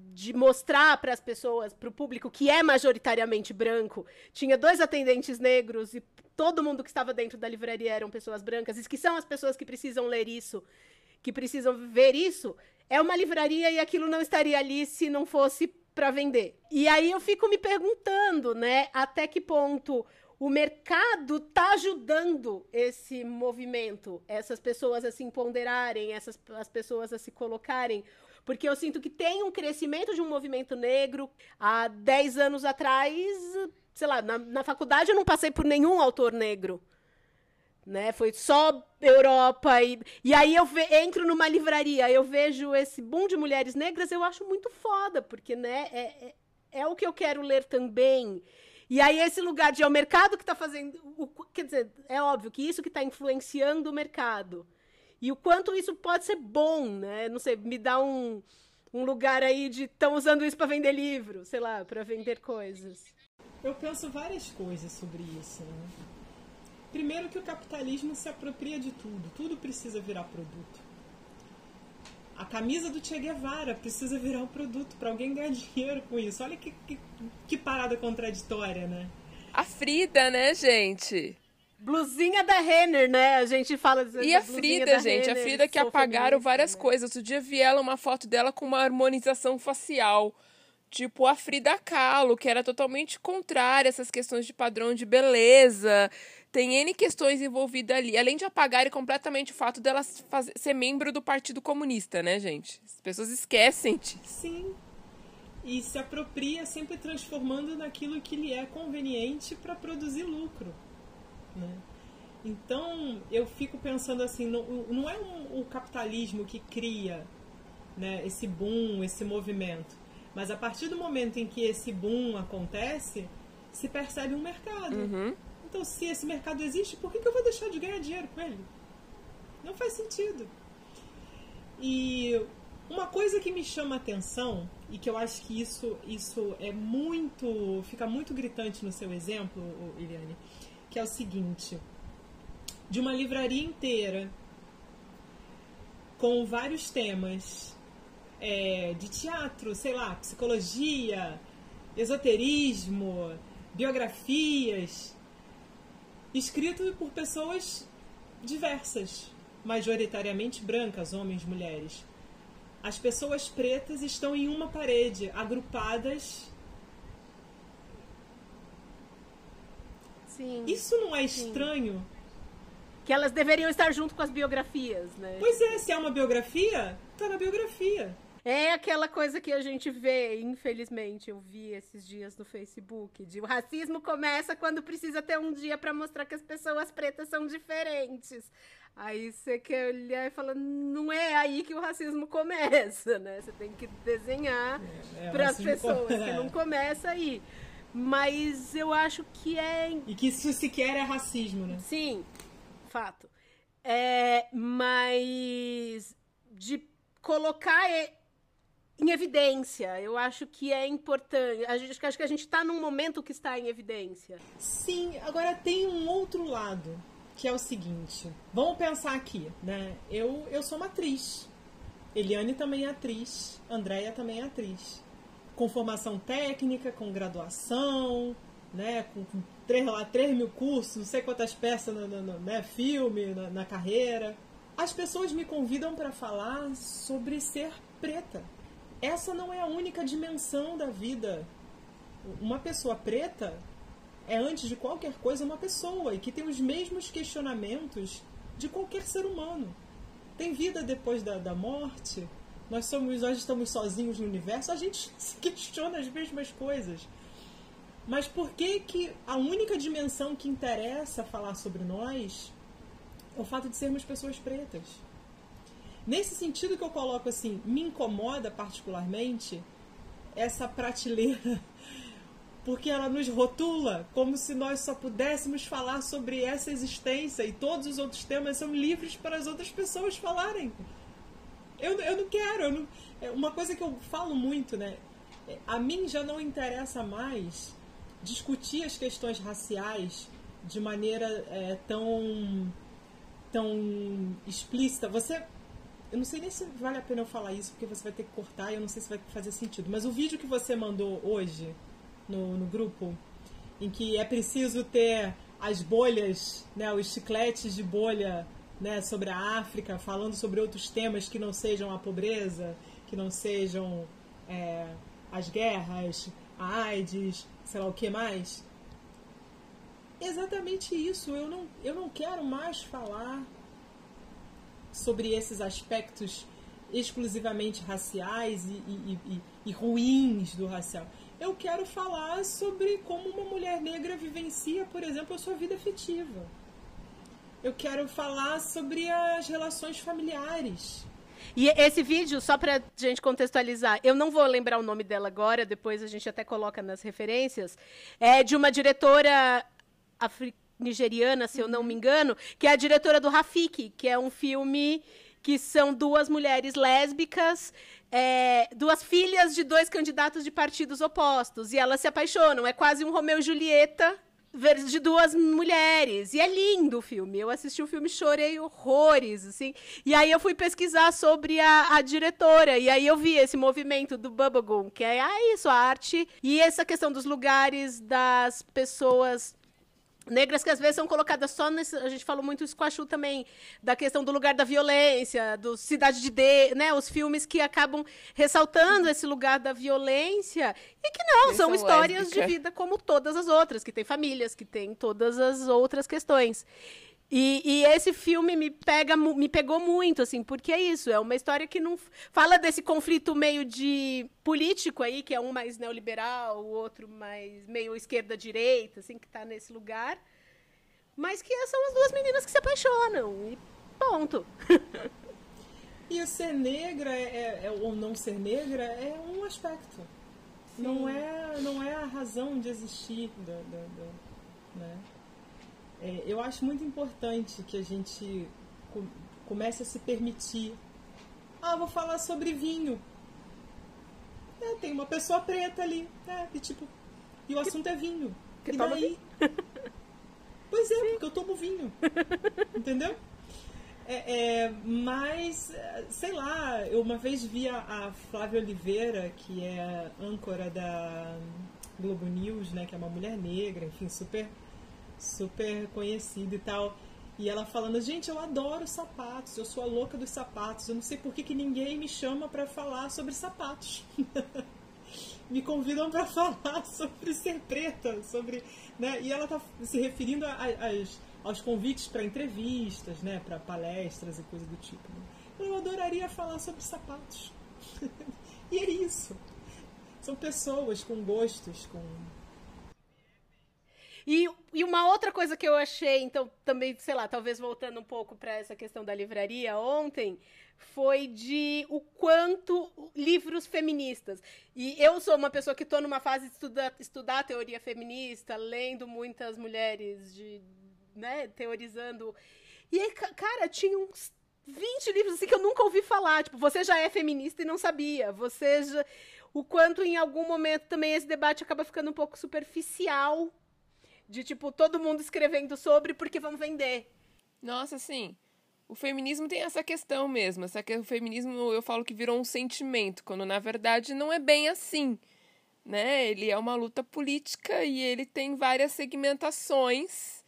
de mostrar para as pessoas, para o público que é majoritariamente branco. Tinha 2 atendentes negros e todo mundo que estava dentro da livraria eram pessoas brancas, e que são as pessoas que precisam ler isso, que precisam ver isso. É uma livraria e aquilo não estaria ali se não fosse para vender. E aí eu fico me perguntando, né, até que ponto o mercado está ajudando esse movimento, essas pessoas a se empoderarem, as pessoas a se colocarem. Porque eu sinto que tem um crescimento de um movimento negro. Há 10 anos atrás, sei lá, na faculdade eu não passei por nenhum autor negro. Né? Foi só Europa. E aí eu entro numa livraria, eu vejo esse boom de mulheres negras, eu acho muito foda, porque, né, é o que eu quero ler também. E aí esse lugar de é o mercado que está fazendo... Quer dizer, é óbvio que isso que está influenciando o mercado. E o quanto isso pode ser bom, né? Não sei, me dá um lugar aí de... Estão usando isso para vender livro, sei lá, para vender coisas. Eu penso várias coisas sobre isso, né? Primeiro que o capitalismo se apropria de tudo. Tudo precisa virar produto. A camisa do Che Guevara precisa virar um produto para alguém ganhar dinheiro com isso. Olha que parada contraditória, né? A Frida, né, gente? Blusinha da Renner, né? A gente fala... E a Frida, gente. Renner, a Frida que apagaram várias né? coisas. Outro dia vi ela, uma foto dela com uma harmonização facial. Tipo a Frida Kahlo, que era totalmente contrária a essas questões de padrão de beleza. Tem N questões envolvidas ali. Além de apagarem completamente o fato dela ser membro do Partido Comunista, né, gente? As pessoas esquecem disso. Sim. E se apropria sempre transformando naquilo que lhe é conveniente para produzir lucro. Né? Então, eu fico pensando assim, não é o capitalismo que cria, né, esse boom, esse movimento. Mas a partir do momento em que esse boom acontece, se percebe um mercado. Uhum. Então, se esse mercado existe, por que eu vou deixar de ganhar dinheiro com ele? Não faz sentido. E uma coisa que me chama a atenção, e que eu acho que isso é muito... fica muito gritante no seu exemplo, Eliane, que é o seguinte: de uma livraria inteira, com vários temas... de teatro, sei lá, psicologia, esoterismo, biografias, escrito por pessoas diversas, majoritariamente brancas, homens, mulheres. As pessoas pretas estão em uma parede, agrupadas. Sim. Isso não é estranho? Sim. Que elas deveriam estar junto com as biografias, né? Pois é, se é uma biografia, tá na biografia. É aquela coisa que a gente vê, infelizmente, eu vi esses dias no Facebook, de o racismo começa quando precisa ter um dia para mostrar que as pessoas pretas são diferentes. Aí você quer olhar e falar, não é aí que o racismo começa, né? Você tem que desenhar para as pessoas que não começa aí. Mas eu acho que é... E que isso sequer é racismo, né? Sim, fato. Mas de colocar em evidência, eu acho que é importante. Acho que a gente está num momento que está em evidência. Sim, agora tem um outro lado, que é o seguinte. Vamos pensar aqui, né? Eu sou uma atriz. Eliane também é atriz. Andréia também é atriz. Com formação técnica, com graduação, né? Com 3 mil cursos, não sei quantas peças né? Filme, na carreira. As pessoas me convidam para falar sobre ser preta. Essa não é a única dimensão da vida. Uma pessoa preta é, antes de qualquer coisa, uma pessoa e que tem os mesmos questionamentos de qualquer ser humano. Tem vida depois da morte? Nós estamos sozinhos no universo? A gente se questiona as mesmas coisas. Mas por que a única dimensão que interessa falar sobre nós é o fato de sermos pessoas pretas? Nesse sentido que eu coloco assim, me incomoda particularmente essa prateleira, porque ela nos rotula como se nós só pudéssemos falar sobre essa existência e todos os outros temas são livres para as outras pessoas falarem. Eu não quero. Uma coisa que eu falo muito, né? A mim já não interessa mais discutir as questões raciais de maneira tão explícita. Eu não sei nem se vale a pena eu falar isso, porque você vai ter que cortar e eu não sei se vai fazer sentido. Mas o vídeo que você mandou hoje no grupo, em que é preciso ter as bolhas, né, os chicletes de bolha, né, sobre a África, falando sobre outros temas que não sejam a pobreza, que não sejam as guerras, a AIDS, sei lá o que mais. Exatamente isso. Eu não quero mais falar sobre esses aspectos exclusivamente raciais e ruins do racial. Eu quero falar sobre como uma mulher negra vivencia, por exemplo, a sua vida afetiva. Eu quero falar sobre as relações familiares. E esse vídeo, só pra gente contextualizar, eu não vou lembrar o nome dela agora, depois a gente até coloca nas referências, é de uma diretora nigeriana, se eu não me engano, que é a diretora do Rafiki, que é um filme que são duas mulheres lésbicas, duas filhas de dois candidatos de partidos opostos, e elas se apaixonam, é quase um Romeu e Julieta de duas mulheres, e é lindo o filme. Eu assisti o filme, chorei horrores, assim, e aí eu fui pesquisar sobre a diretora, e aí eu vi esse movimento do Bubblegum, que é isso, a arte, e essa questão dos lugares das pessoas negras que às vezes são colocadas só nesse... A gente falou muito isso com a Chu também, da questão do lugar da violência, do Cidade de Deus, né? Os filmes que acabam ressaltando esse lugar da violência e que não, são histórias lésbica. De vida como todas as outras, que tem famílias, que tem todas as outras questões. E esse filme me pegou muito, assim, porque é isso, é uma história que não fala desse conflito meio de político aí, que é um mais neoliberal, o outro mais meio esquerda-direita, assim, que tá nesse lugar, mas que são as duas meninas que se apaixonam, e ponto. E o ser negra ou não ser negra é um aspecto. Não é a razão de existir, né? Eu acho muito importante que a gente comece a se permitir. Vou falar sobre vinho. Tem uma pessoa preta ali. E o assunto é vinho. Que e toma daí? Vinho. Pois é, porque eu tomo vinho. Entendeu? Mas, sei lá, eu uma vez vi a Flávia Oliveira, que é âncora da Globo News, né, que é uma mulher negra, enfim, super conhecida e tal. E ela falando, gente, eu adoro sapatos, eu sou a louca dos sapatos, eu não sei por que ninguém me chama pra falar sobre sapatos. Me convidam pra falar sobre ser preta, sobre, né? E ela tá se referindo aos convites para entrevistas, né, para palestras e coisa do tipo. Né? Eu adoraria falar sobre sapatos. E é isso. São pessoas com gostos, com... E uma outra coisa que eu achei, então, também, sei lá, talvez voltando um pouco para essa questão da livraria ontem, foi de o quanto livros feministas. E eu sou uma pessoa que estou numa fase de estudar a teoria feminista, lendo muitas mulheres, né, teorizando. E aí, cara, tinha uns 20 livros assim que eu nunca ouvi falar. Tipo, você já é feminista e não sabia. O quanto em algum momento também esse debate acaba ficando um pouco superficial. De, tipo, todo mundo escrevendo sobre porque vão vender. Nossa, sim. O feminismo tem essa questão mesmo. O feminismo, eu falo que virou um sentimento, quando na verdade não é bem assim, né? Ele é uma luta política e ele tem várias segmentações.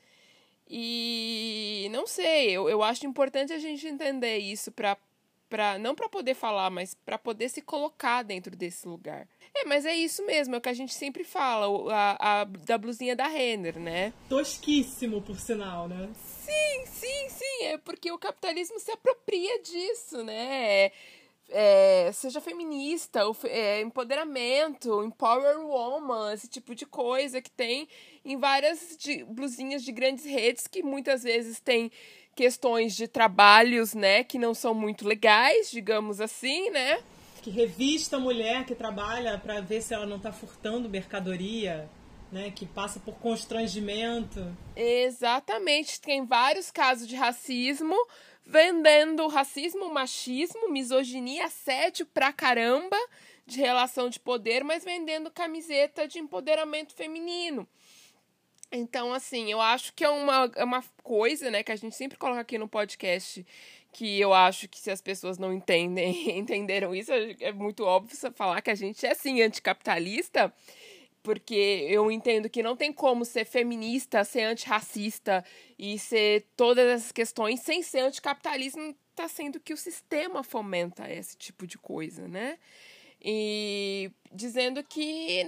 E não sei, eu acho importante a gente entender isso não para poder falar, mas para poder se colocar dentro desse lugar. Mas é isso mesmo, é o que a gente sempre fala, da blusinha da Renner, né? Tosquíssimo, por sinal, né? Sim, é porque o capitalismo se apropria disso, né? Seja feminista, empoderamento, empower woman, esse tipo de coisa que tem em várias blusinhas de grandes redes que muitas vezes tem questões de trabalhos, né, que não são muito legais, digamos assim, né? Que revista a mulher que trabalha para ver se ela não está furtando mercadoria, né, que passa por constrangimento. Exatamente, tem vários casos de racismo, vendendo racismo, machismo, misoginia, assédio pra caramba de relação de poder, mas vendendo camiseta de empoderamento feminino. Então, assim, eu acho que é uma coisa, né, que a gente sempre coloca aqui no podcast, que eu acho que se as pessoas não entenderam isso, é muito óbvio falar que a gente é, sim, anticapitalista, porque eu entendo que não tem como ser feminista, ser antirracista e ser todas essas questões sem ser anticapitalismo, tá sendo que o sistema fomenta esse tipo de coisa, né? E dizendo que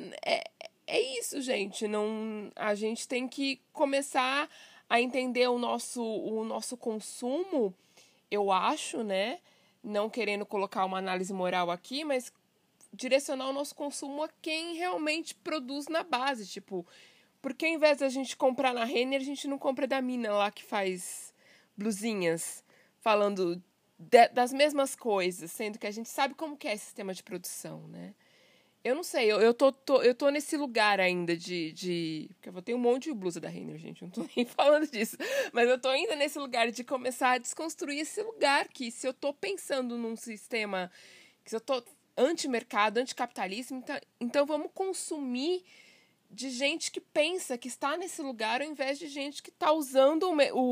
é isso, gente. A gente tem que começar a entender o nosso consumo, eu acho, né? Não querendo colocar uma análise moral aqui, mas direcionar o nosso consumo a quem realmente produz na base. Tipo, porque ao invés da gente comprar na Renner, a gente não compra da mina lá que faz blusinhas falando das mesmas coisas, sendo que a gente sabe como que é esse sistema de produção, né? Eu não sei, eu tô nesse lugar ainda porque eu tenho um monte de blusa da Renner, gente, não tô nem falando disso. Mas eu tô ainda nesse lugar de começar a desconstruir esse lugar, que se eu tô pensando num sistema, que se eu tô anti-mercado, anticapitalismo, então vamos consumir de gente que pensa que está nesse lugar, ao invés de gente que está usando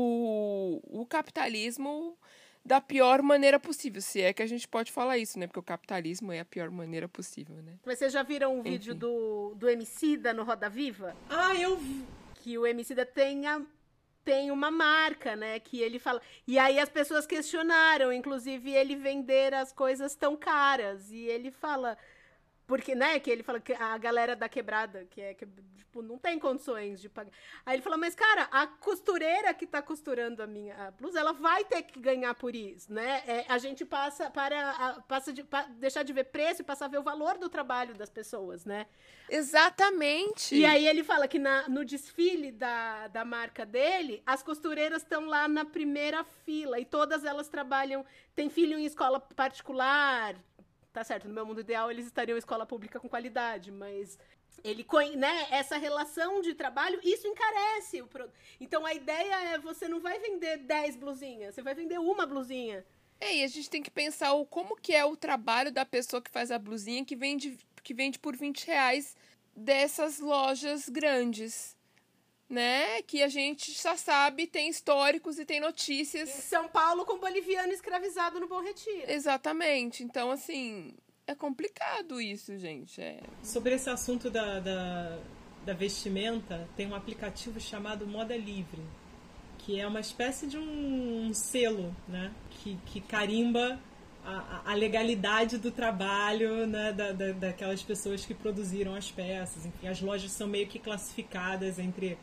o capitalismo da pior maneira possível, se é que a gente pode falar isso, né? Porque o capitalismo é a pior maneira possível, né? Mas vocês já viram um vídeo do Emicida no Roda Viva? Eu vi. Que o Emicida tem uma marca, né? Que ele fala... E aí as pessoas questionaram, inclusive, ele vender as coisas tão caras. E ele fala... Porque, né, que ele fala que a galera da quebrada, que tipo, não tem condições de pagar. Aí ele fala, mas, cara, a costureira que tá costurando a minha blusa, ela vai ter que ganhar por isso, né? A gente passa deixar de ver preço e passar a ver o valor do trabalho das pessoas, né? Exatamente! E aí ele fala que no desfile da marca dele, as costureiras estão lá na primeira fila e todas elas trabalham, tem filho em escola particular. Tá certo, no meu mundo ideal eles estariam em escola pública com qualidade, mas né, essa relação de trabalho, isso encarece o produto. Então a ideia é, você não vai vender 10 blusinhas, você vai vender uma blusinha. E a gente tem que pensar como que é o trabalho da pessoa que faz a blusinha que vende por R$20 dessas lojas grandes, né? Que a gente já sabe, tem históricos e tem notícias. Em São Paulo, com boliviano escravizado no Bom Retiro. Exatamente. Então, assim, é complicado isso, gente. Sobre esse assunto da vestimenta, tem um aplicativo chamado Moda Livre, que é uma espécie de um selo, né? Que carimba a legalidade do trabalho, né? Daquelas pessoas que produziram as peças. Enfim, as lojas são meio que classificadas entre...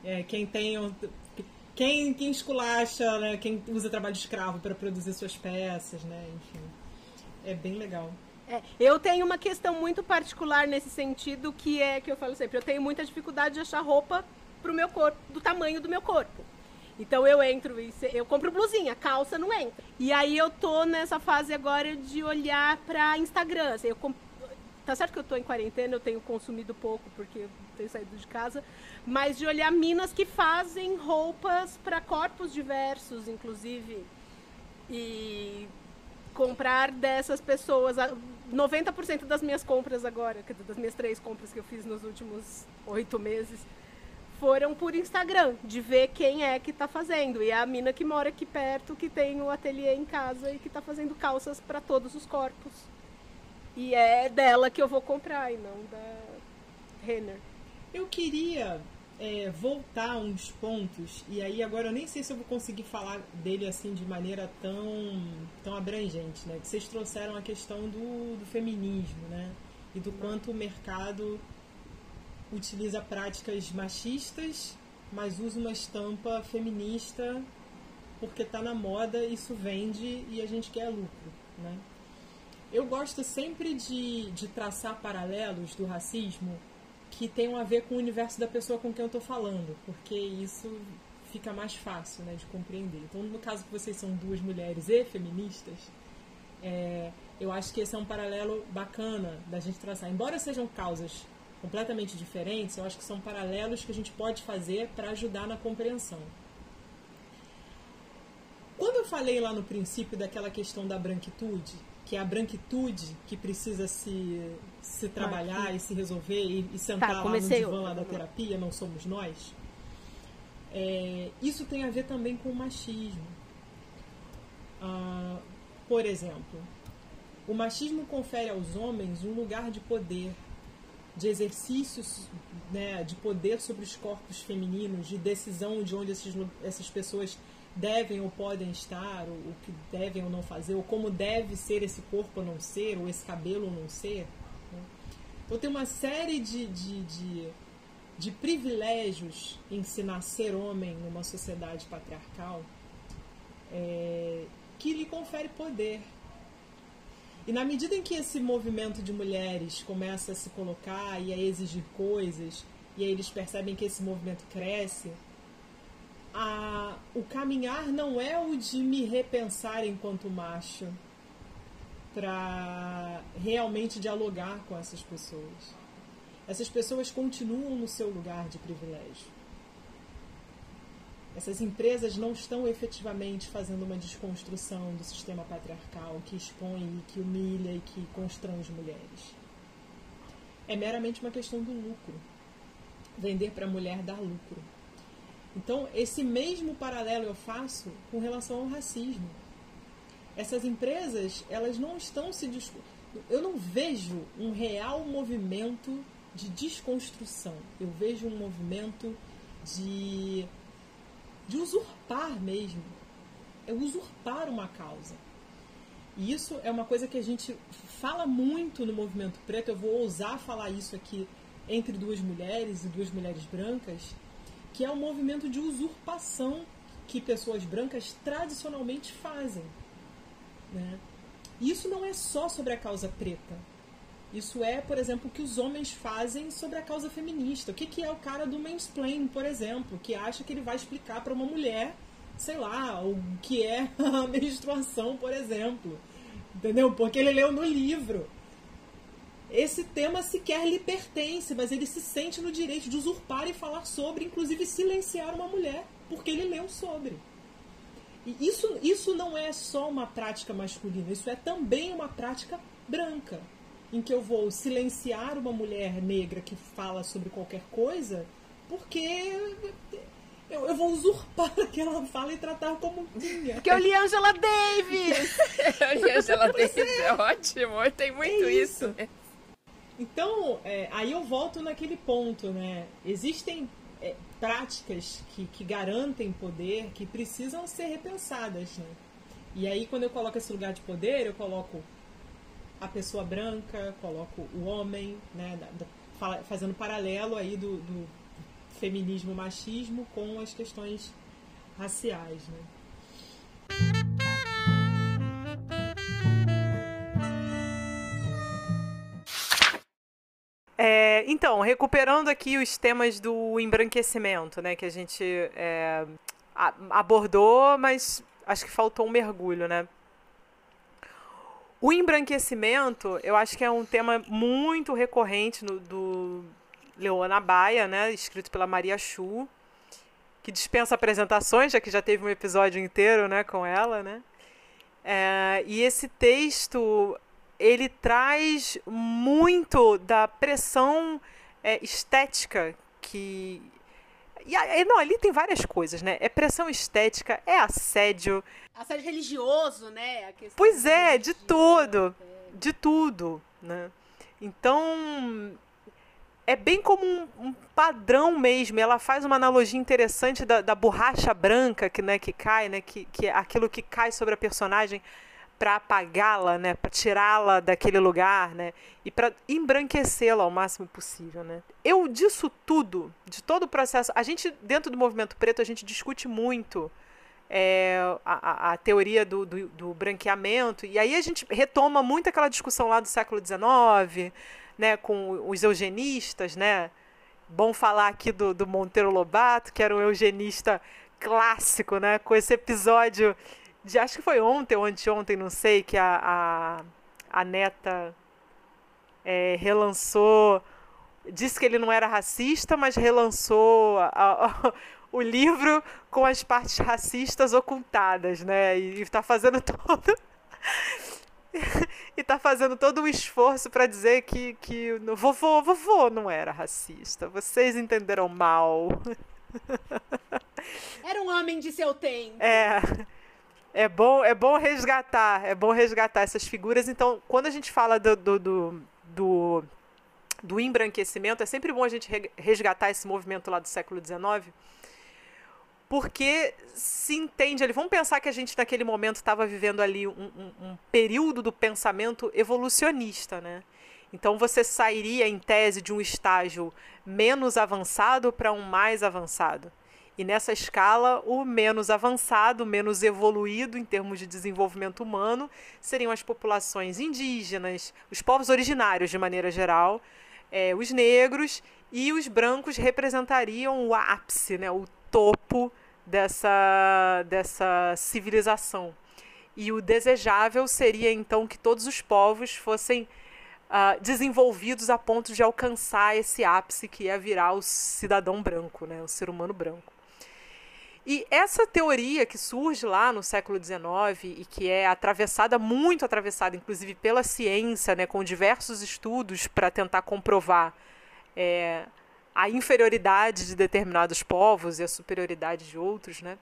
quem esculacha, né? Quem usa trabalho de escravo para produzir suas peças, né? Enfim, é bem legal. Eu tenho uma questão muito particular nesse sentido, que eu falo sempre, eu tenho muita dificuldade de achar roupa pro meu corpo, do tamanho do meu corpo. Então eu compro blusinha, calça não entra. E aí eu tô nessa fase agora de olhar pra Instagram, assim, tá certo que eu tô em quarentena, eu tenho consumido pouco porque eu tenho saído de casa, mas de olhar minas que fazem roupas para corpos diversos, inclusive, e comprar dessas pessoas. 90% das minhas compras agora, das minhas 3 compras que eu fiz nos últimos 8 meses, foram por Instagram, de ver quem é que tá fazendo. E é a mina que mora aqui perto, que tem o ateliê em casa e que tá fazendo calças para todos os corpos. E é dela que eu vou comprar, e não da Renner. Eu queria voltar a uns pontos, e aí agora eu nem sei se eu vou conseguir falar dele assim de maneira tão abrangente, né? Vocês trouxeram a questão do feminismo, né? E do quanto o mercado utiliza práticas machistas, mas usa uma estampa feminista porque tá na moda, isso vende e a gente quer lucro, né? Eu gosto sempre de traçar paralelos do racismo que tenham a ver com o universo da pessoa com quem eu estou falando, porque isso fica mais fácil, né, de compreender. Então, no caso que vocês são 2 mulheres e feministas, eu acho que esse é um paralelo bacana da gente traçar. Embora sejam causas completamente diferentes, eu acho que são paralelos que a gente pode fazer para ajudar na compreensão. Quando eu falei lá no princípio daquela questão da branquitude, que é a branquitude que precisa se trabalhar e se resolver e sentar lá no divã lá da terapia, não somos nós, isso tem a ver também com o machismo. Por exemplo, o machismo confere aos homens um lugar de poder, de exercícios, né, de poder sobre os corpos femininos, de decisão de onde essas pessoas devem ou podem estar, ou o que devem ou não fazer, ou como deve ser esse corpo ou não ser, ou esse cabelo ou não ser. Né? Então tem uma série de privilégios em se nascer homem numa sociedade patriarcal que lhe confere poder. E na medida em que esse movimento de mulheres começa a se colocar e a exigir coisas, e aí eles percebem que esse movimento cresce, o caminhar não é o de me repensar enquanto macho para realmente dialogar com essas pessoas. Essas pessoas continuam no seu lugar de privilégio. Essas empresas não estão efetivamente fazendo uma desconstrução do sistema patriarcal que expõe e que humilha e que constrange mulheres. É meramente uma questão do lucro. Vender para a mulher dá lucro. Então, esse mesmo paralelo eu faço com relação ao racismo. Essas empresas, elas não estão se... Eu não vejo um real movimento de desconstrução. Eu vejo um movimento de usurpar mesmo. É usurpar uma causa. E isso é uma coisa que a gente fala muito no movimento preto. Eu vou ousar falar isso aqui entre duas mulheres e duas mulheres brancas, que é um movimento de usurpação que pessoas brancas tradicionalmente fazem. Né? E isso não é só sobre a causa preta. Isso é, por exemplo, o que os homens fazem sobre a causa feminista. O que é o cara do mansplaining, por exemplo, que acha que ele vai explicar para uma mulher, sei lá, o que é a menstruação, por exemplo. Entendeu? Porque ele leu no livro. Esse tema sequer lhe pertence, mas ele se sente no direito de usurpar e falar sobre, inclusive silenciar uma mulher, porque ele leu sobre. E isso não é só uma prática masculina, isso é também uma prática branca, em que eu vou silenciar uma mulher negra que fala sobre qualquer coisa, porque eu vou usurpar aquela fala e tratar como minha. Porque eu li Angela Davis! Eu li Angela Davis, é ótimo, tem muito isso. Então, aí eu volto naquele ponto, né? Existem práticas que garantem poder, que precisam ser repensadas, né? E aí, quando eu coloco esse lugar de poder, eu coloco a pessoa branca, coloco o homem, né? Fazendo paralelo aí do feminismo, machismo com as questões raciais, né? Então, recuperando aqui os temas do embranquecimento, né, que a gente abordou, mas acho que faltou um mergulho, né? O embranquecimento, eu acho que é um tema muito recorrente do Leona Baia, né, escrito pela Maria Chu, que dispensa apresentações, já que já teve um episódio inteiro, né, com ela, né? E esse texto, ele traz muito da pressão estética que... Não, ali tem várias coisas, né? É pressão estética, é assédio. Assédio religioso, né? Pois é, de tudo. De tudo, né? Então, é bem como um padrão mesmo. Ela faz uma analogia interessante da borracha branca que cai, né? Que é aquilo que cai sobre a personagem para apagá-la, né, para tirá-la daquele lugar, né, e para embranquecê-la ao máximo possível, né. Disso tudo, de todo o processo, a gente, dentro do movimento preto, a gente discute muito a teoria do branqueamento, e aí a gente retoma muito aquela discussão lá do século XIX, né, com os eugenistas, né. Bom falar aqui do Monteiro Lobato, que era um eugenista clássico, né, com esse episódio acho que foi ontem ou anteontem, não sei, que a neta relançou, disse que ele não era racista, mas relançou o livro com as partes racistas ocultadas, né? E está fazendo todo um esforço para dizer que vovô não era racista. Vocês entenderam mal. Era um homem de seu tempo. É bom resgatar essas figuras. Então, quando a gente fala do embranquecimento, é sempre bom a gente resgatar esse movimento lá do século XIX, porque se entende ali. Vamos pensar que a gente naquele momento estava vivendo ali um período do pensamento evolucionista, né? Então você sairia em tese de um estágio menos avançado para um mais avançado. E nessa escala, o menos avançado, menos evoluído em termos de desenvolvimento humano, seriam as populações indígenas, os povos originários de maneira geral, os negros, e os brancos representariam o ápice, né, o topo dessa civilização. E o desejável seria então que todos os povos fossem desenvolvidos a ponto de alcançar esse ápice que é virar o cidadão branco, né, o ser humano branco. E essa teoria que surge lá no século XIX e que é muito atravessada, inclusive pela ciência, né, com diversos estudos para tentar comprovar a inferioridade de determinados povos e a superioridade de outros, né?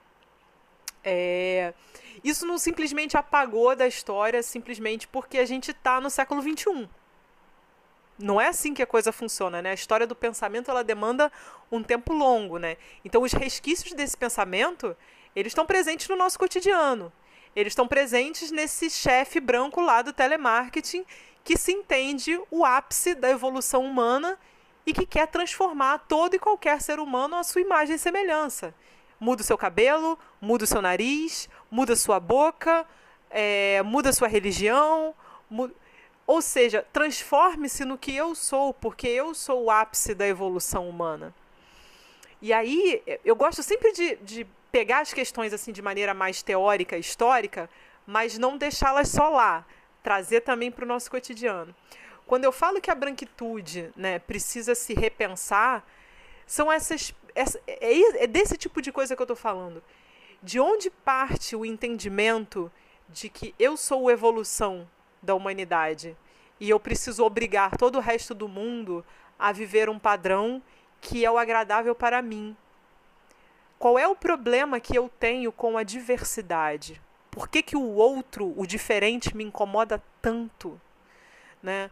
Isso não simplesmente apagou da história simplesmente porque a gente está no século XXI. Não é assim que a coisa funciona, né? A história do pensamento, ela demanda um tempo longo, né? Então, os resquícios desse pensamento, eles estão presentes no nosso cotidiano. Eles estão presentes nesse chefe branco lá do telemarketing que se entende o ápice da evolução humana e que quer transformar todo e qualquer ser humano à sua imagem e semelhança. Muda o seu cabelo, muda o seu nariz, muda a sua boca, muda a sua religião, ou seja, transforme-se no que eu sou, porque eu sou o ápice da evolução humana. E aí, eu gosto sempre de pegar as questões assim de maneira mais teórica, histórica, mas não deixá-las só lá, trazer também para o nosso cotidiano. Quando eu falo que a branquitude, né, precisa se repensar, são é desse tipo de coisa que eu estou falando. De onde parte o entendimento de que eu sou a evolução da humanidade e eu preciso obrigar todo o resto do mundo a viver um padrão que é o agradável para mim? Qual é o problema que eu tenho com a diversidade? Por que o outro, o diferente, me incomoda tanto? Né?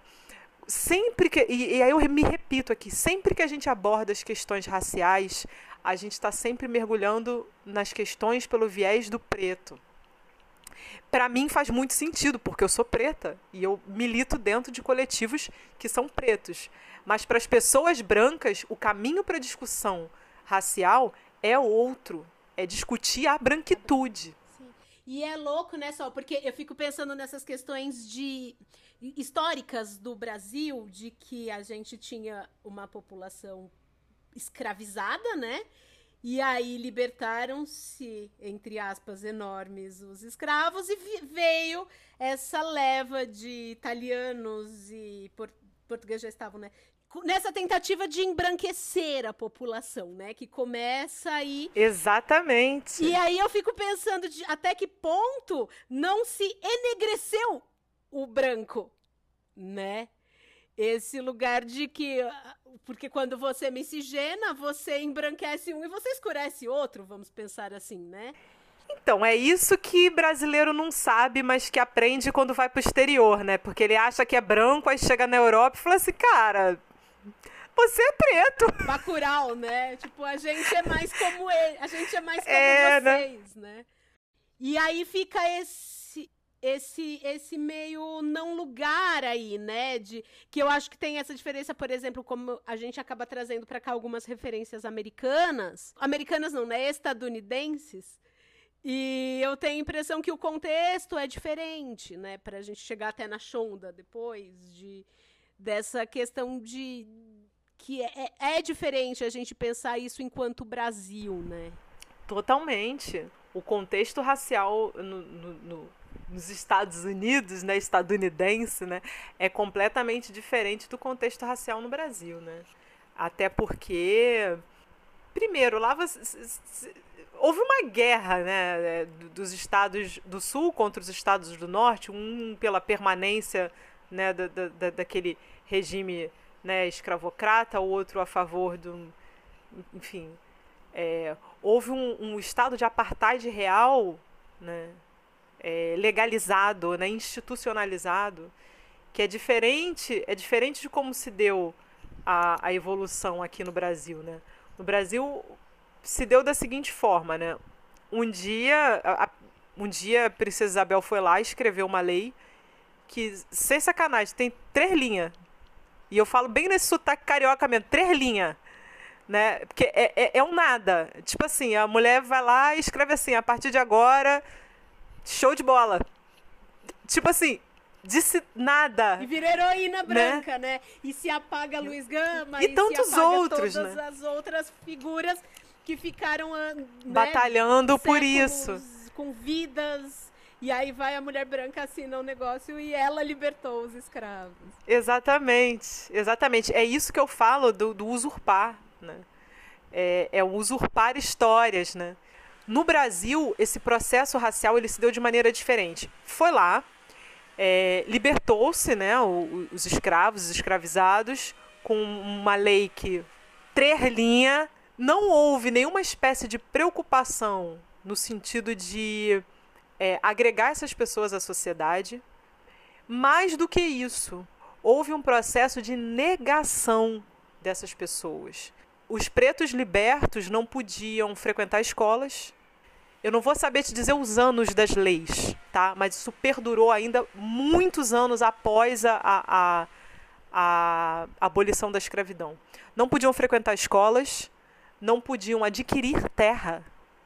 E aí eu me repito aqui, sempre que a gente aborda as questões raciais, a gente está sempre mergulhando nas questões pelo viés do preto. Para mim faz muito sentido, porque eu sou preta e eu milito dentro de coletivos que são pretos. Mas para as pessoas brancas, o caminho para a discussão racial é outro, é discutir a branquitude. Sim. E é louco, né, Sol? Porque eu fico pensando nessas questões históricas do Brasil, de que a gente tinha uma população escravizada, né? E aí libertaram-se, entre aspas, enormes, os escravos, e veio essa leva de italianos e portugueses já estavam, né? Nessa tentativa de embranquecer a população, né? Que começa aí... Exatamente. E aí eu fico pensando até que ponto não se enegreceu o branco, né? Esse lugar de que... Porque quando você é miscigena, você embranquece um e você escurece outro, vamos pensar assim, né? Então, é isso que brasileiro não sabe, mas que aprende quando vai pro exterior, né? Porque ele acha que é branco, aí chega na Europa e fala assim, cara, você é preto. Bacurau, né? Tipo, a gente é mais como ele, a gente é mais como vocês, né? E aí fica esse meio não lugar aí, né, que eu acho que tem essa diferença, por exemplo, como a gente acaba trazendo para cá algumas referências americanas não, né, estadunidenses, e eu tenho a impressão que o contexto é diferente, né, pra gente chegar até na Shonda depois, dessa questão de que é diferente a gente pensar isso enquanto Brasil, né? Totalmente. O contexto racial nos Estados Unidos, né, estadunidense, né, é completamente diferente do contexto racial no Brasil, né? Até porque, primeiro, lá houve uma guerra, né, dos estados do Sul contra os estados do Norte, um pela permanência, né, daquele regime, né, escravocrata, o outro a favor do... Enfim, houve um estado de apartheid real, né, legalizado, né, institucionalizado, que é diferente de como se deu a evolução aqui no Brasil, né? No Brasil se deu da seguinte forma, né? Um dia a Princesa Isabel foi lá e escreveu uma lei que, sem sacanagem, tem 3 linhas. E eu falo bem nesse sotaque carioca mesmo, 3 linhas. Né? Porque é um nada. Tipo assim, a mulher vai lá e escreve assim, a partir de agora, show de bola. Tipo assim, disse nada. E vira heroína branca, né? E se apaga Luiz Gama, e tantos se apaga outros, todas né? as outras figuras que ficaram, né, batalhando por séculos, isso. com vidas. E aí vai a mulher branca, assina o negócio e ela libertou os escravos. Exatamente, exatamente. É isso que eu falo do usurpar, né? É o usurpar histórias, né? No Brasil, esse processo racial ele se deu de maneira diferente. Foi lá, libertou-se, né, os escravos, os escravizados, com uma lei que 3 linhas, não houve nenhuma espécie de preocupação no sentido de agregar essas pessoas à sociedade. Mais do que isso, houve um processo de negação dessas pessoas. Os pretos libertos não podiam frequentar escolas. Eu não vou saber te dizer os anos das leis, tá? Mas isso perdurou ainda muitos anos após a abolição da escravidão. Não podiam frequentar escolas, não podiam adquirir terra.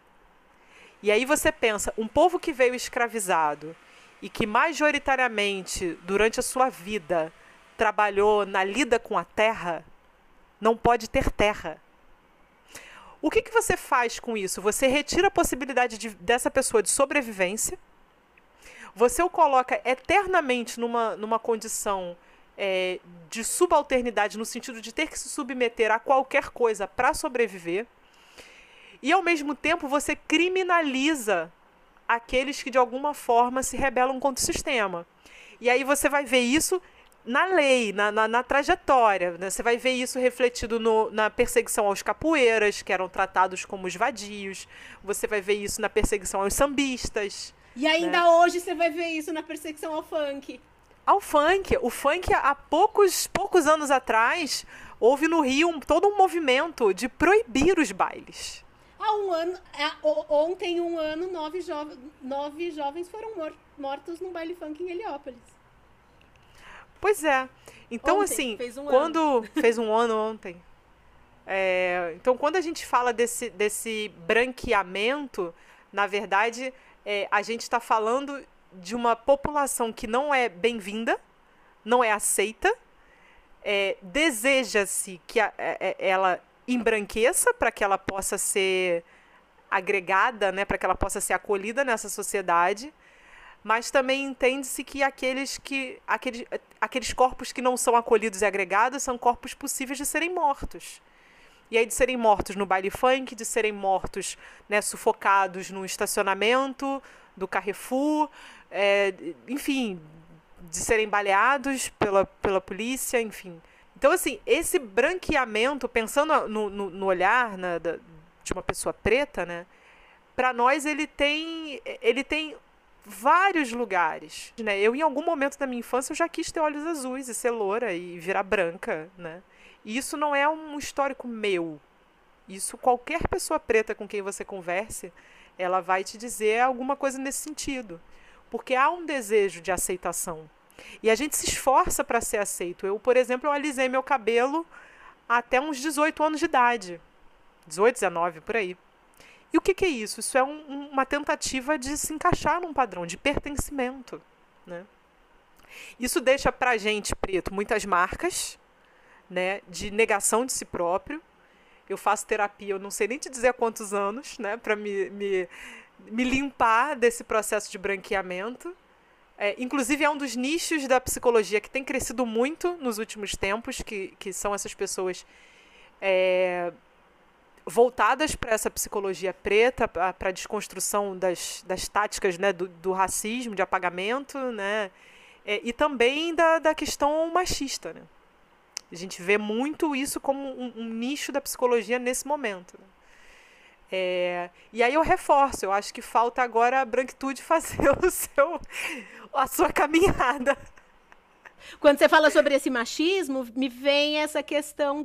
E aí você pensa, um povo que veio escravizado e que majoritariamente, durante a sua vida, trabalhou na lida com a terra, não pode ter terra. O que você faz com isso? Você retira a possibilidade dessa pessoa de sobrevivência, você o coloca eternamente numa condição de subalternidade, no sentido de ter que se submeter a qualquer coisa para sobreviver, e ao mesmo tempo você criminaliza aqueles que de alguma forma se rebelam contra o sistema. E aí você vai ver isso na lei, na trajetória, né? Você vai ver isso refletido na perseguição aos capoeiras, que eram tratados como os vadios. Você vai ver isso na perseguição aos sambistas. E ainda hoje você vai ver isso na perseguição ao funk. Ao funk. O funk, há poucos anos atrás, houve no Rio todo um movimento de proibir os bailes. Há um ano, ontem, 9 jovens foram mortos num baile funk em Heliópolis. Pois é. Então, ontem, assim, fez um fez um ano ontem. Então, quando a gente fala desse branqueamento, na verdade, a gente está falando de uma população que não é bem-vinda, não é aceita, deseja-se que ela embranqueça para que ela possa ser agregada, né, para que ela possa ser acolhida nessa sociedade, mas também entende-se que aqueles corpos que não são acolhidos e agregados são corpos possíveis de serem mortos. E aí de serem mortos no baile funk, de serem mortos, né, sufocados no estacionamento do Carrefour, enfim, de serem baleados pela polícia, enfim. Então, assim, esse branqueamento, pensando no olhar, né, de uma pessoa preta, né, para nós ele tem vários lugares, né? Eu, em algum momento da minha infância, eu já quis ter olhos azuis e ser loura e virar branca, né? E isso não é um histórico meu. Isso, qualquer pessoa preta com quem você converse, ela vai te dizer alguma coisa nesse sentido. Porque há um desejo de aceitação. E a gente se esforça para ser aceito. Eu, por exemplo, eu alisei meu cabelo até uns 18 anos de idade. 18, 19, por aí. E o que é isso? Isso é uma tentativa de se encaixar num padrão, de pertencimento, né? Isso deixa pra gente, preto, muitas marcas, né, de negação de si próprio. Eu faço terapia, eu não sei nem te dizer há quantos anos, né, para me limpar desse processo de branqueamento. Inclusive, é um dos nichos da psicologia que tem crescido muito nos últimos tempos, que são essas pessoas voltadas para essa psicologia preta, para a desconstrução das táticas, né, do racismo, de apagamento, né, e também da questão machista, né? A gente vê muito isso como um nicho da psicologia nesse momento, né? E aí eu reforço, eu acho que falta agora a branquitude fazer a sua caminhada. Quando você fala sobre esse machismo, me vem essa questão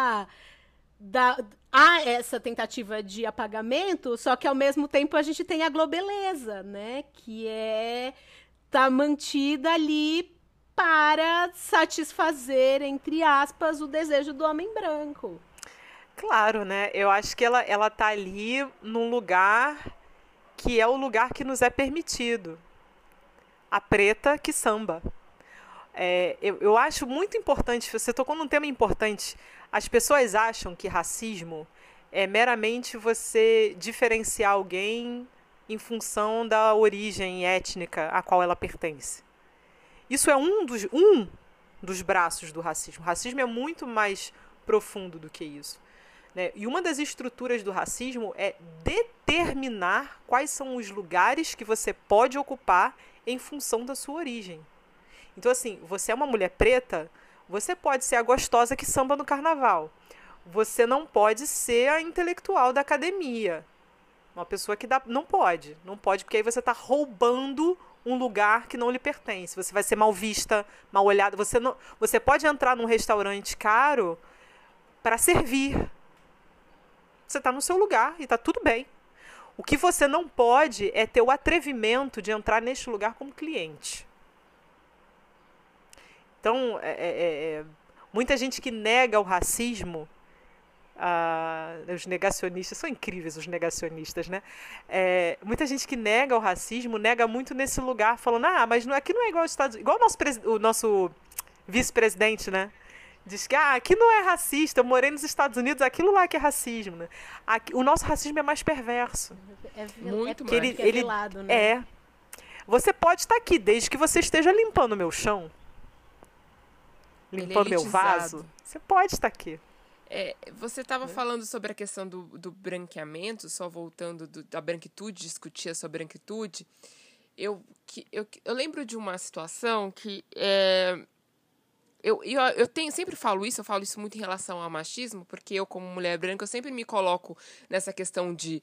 há essa tentativa de apagamento, só que ao mesmo tempo a gente tem a globeleza, né? Que tá mantida ali para satisfazer, entre aspas, o desejo do homem branco. Claro, né? Eu acho que ela tá ali num lugar que é o lugar que nos é permitido. A preta que samba. Eu acho muito importante, você tocou num tema importante. As pessoas acham que racismo é meramente você diferenciar alguém em função da origem étnica a qual ela pertence. Isso é um dos braços do racismo. O racismo é muito mais profundo do que isso, né? E uma das estruturas do racismo é determinar quais são os lugares que você pode ocupar em função da sua origem. Então, assim, você é uma mulher preta, você pode ser a gostosa que samba no carnaval. Você não pode ser a intelectual da academia. Uma pessoa que não pode, porque aí você está roubando um lugar que não lhe pertence. Você vai ser mal vista, mal olhada. Você pode entrar num restaurante caro para servir. Você está no seu lugar e está tudo bem. O que você não pode é ter o atrevimento de entrar neste lugar como cliente. Então, muita gente que nega o racismo, os negacionistas, são incríveis os negacionistas, né? Muita gente que nega o racismo, nega muito nesse lugar, falando, mas aqui não é igual aos Estados Unidos, igual o nosso vice-presidente, né? Diz que aqui não é racista, eu morei nos Estados Unidos, aquilo lá que é racismo, né? O nosso racismo é mais perverso. Muito mais. mais. É velado, né? Você pode estar aqui, desde que você esteja limpando o meu chão, limpando meu vaso, você pode estar aqui. Você estava falando sobre a questão do branqueamento, só voltando da branquitude, discutir a sua branquitude. Eu lembro de uma situação que eu sempre falo isso, eu falo isso muito em relação ao machismo, porque eu, como mulher branca, eu sempre me coloco nessa questão de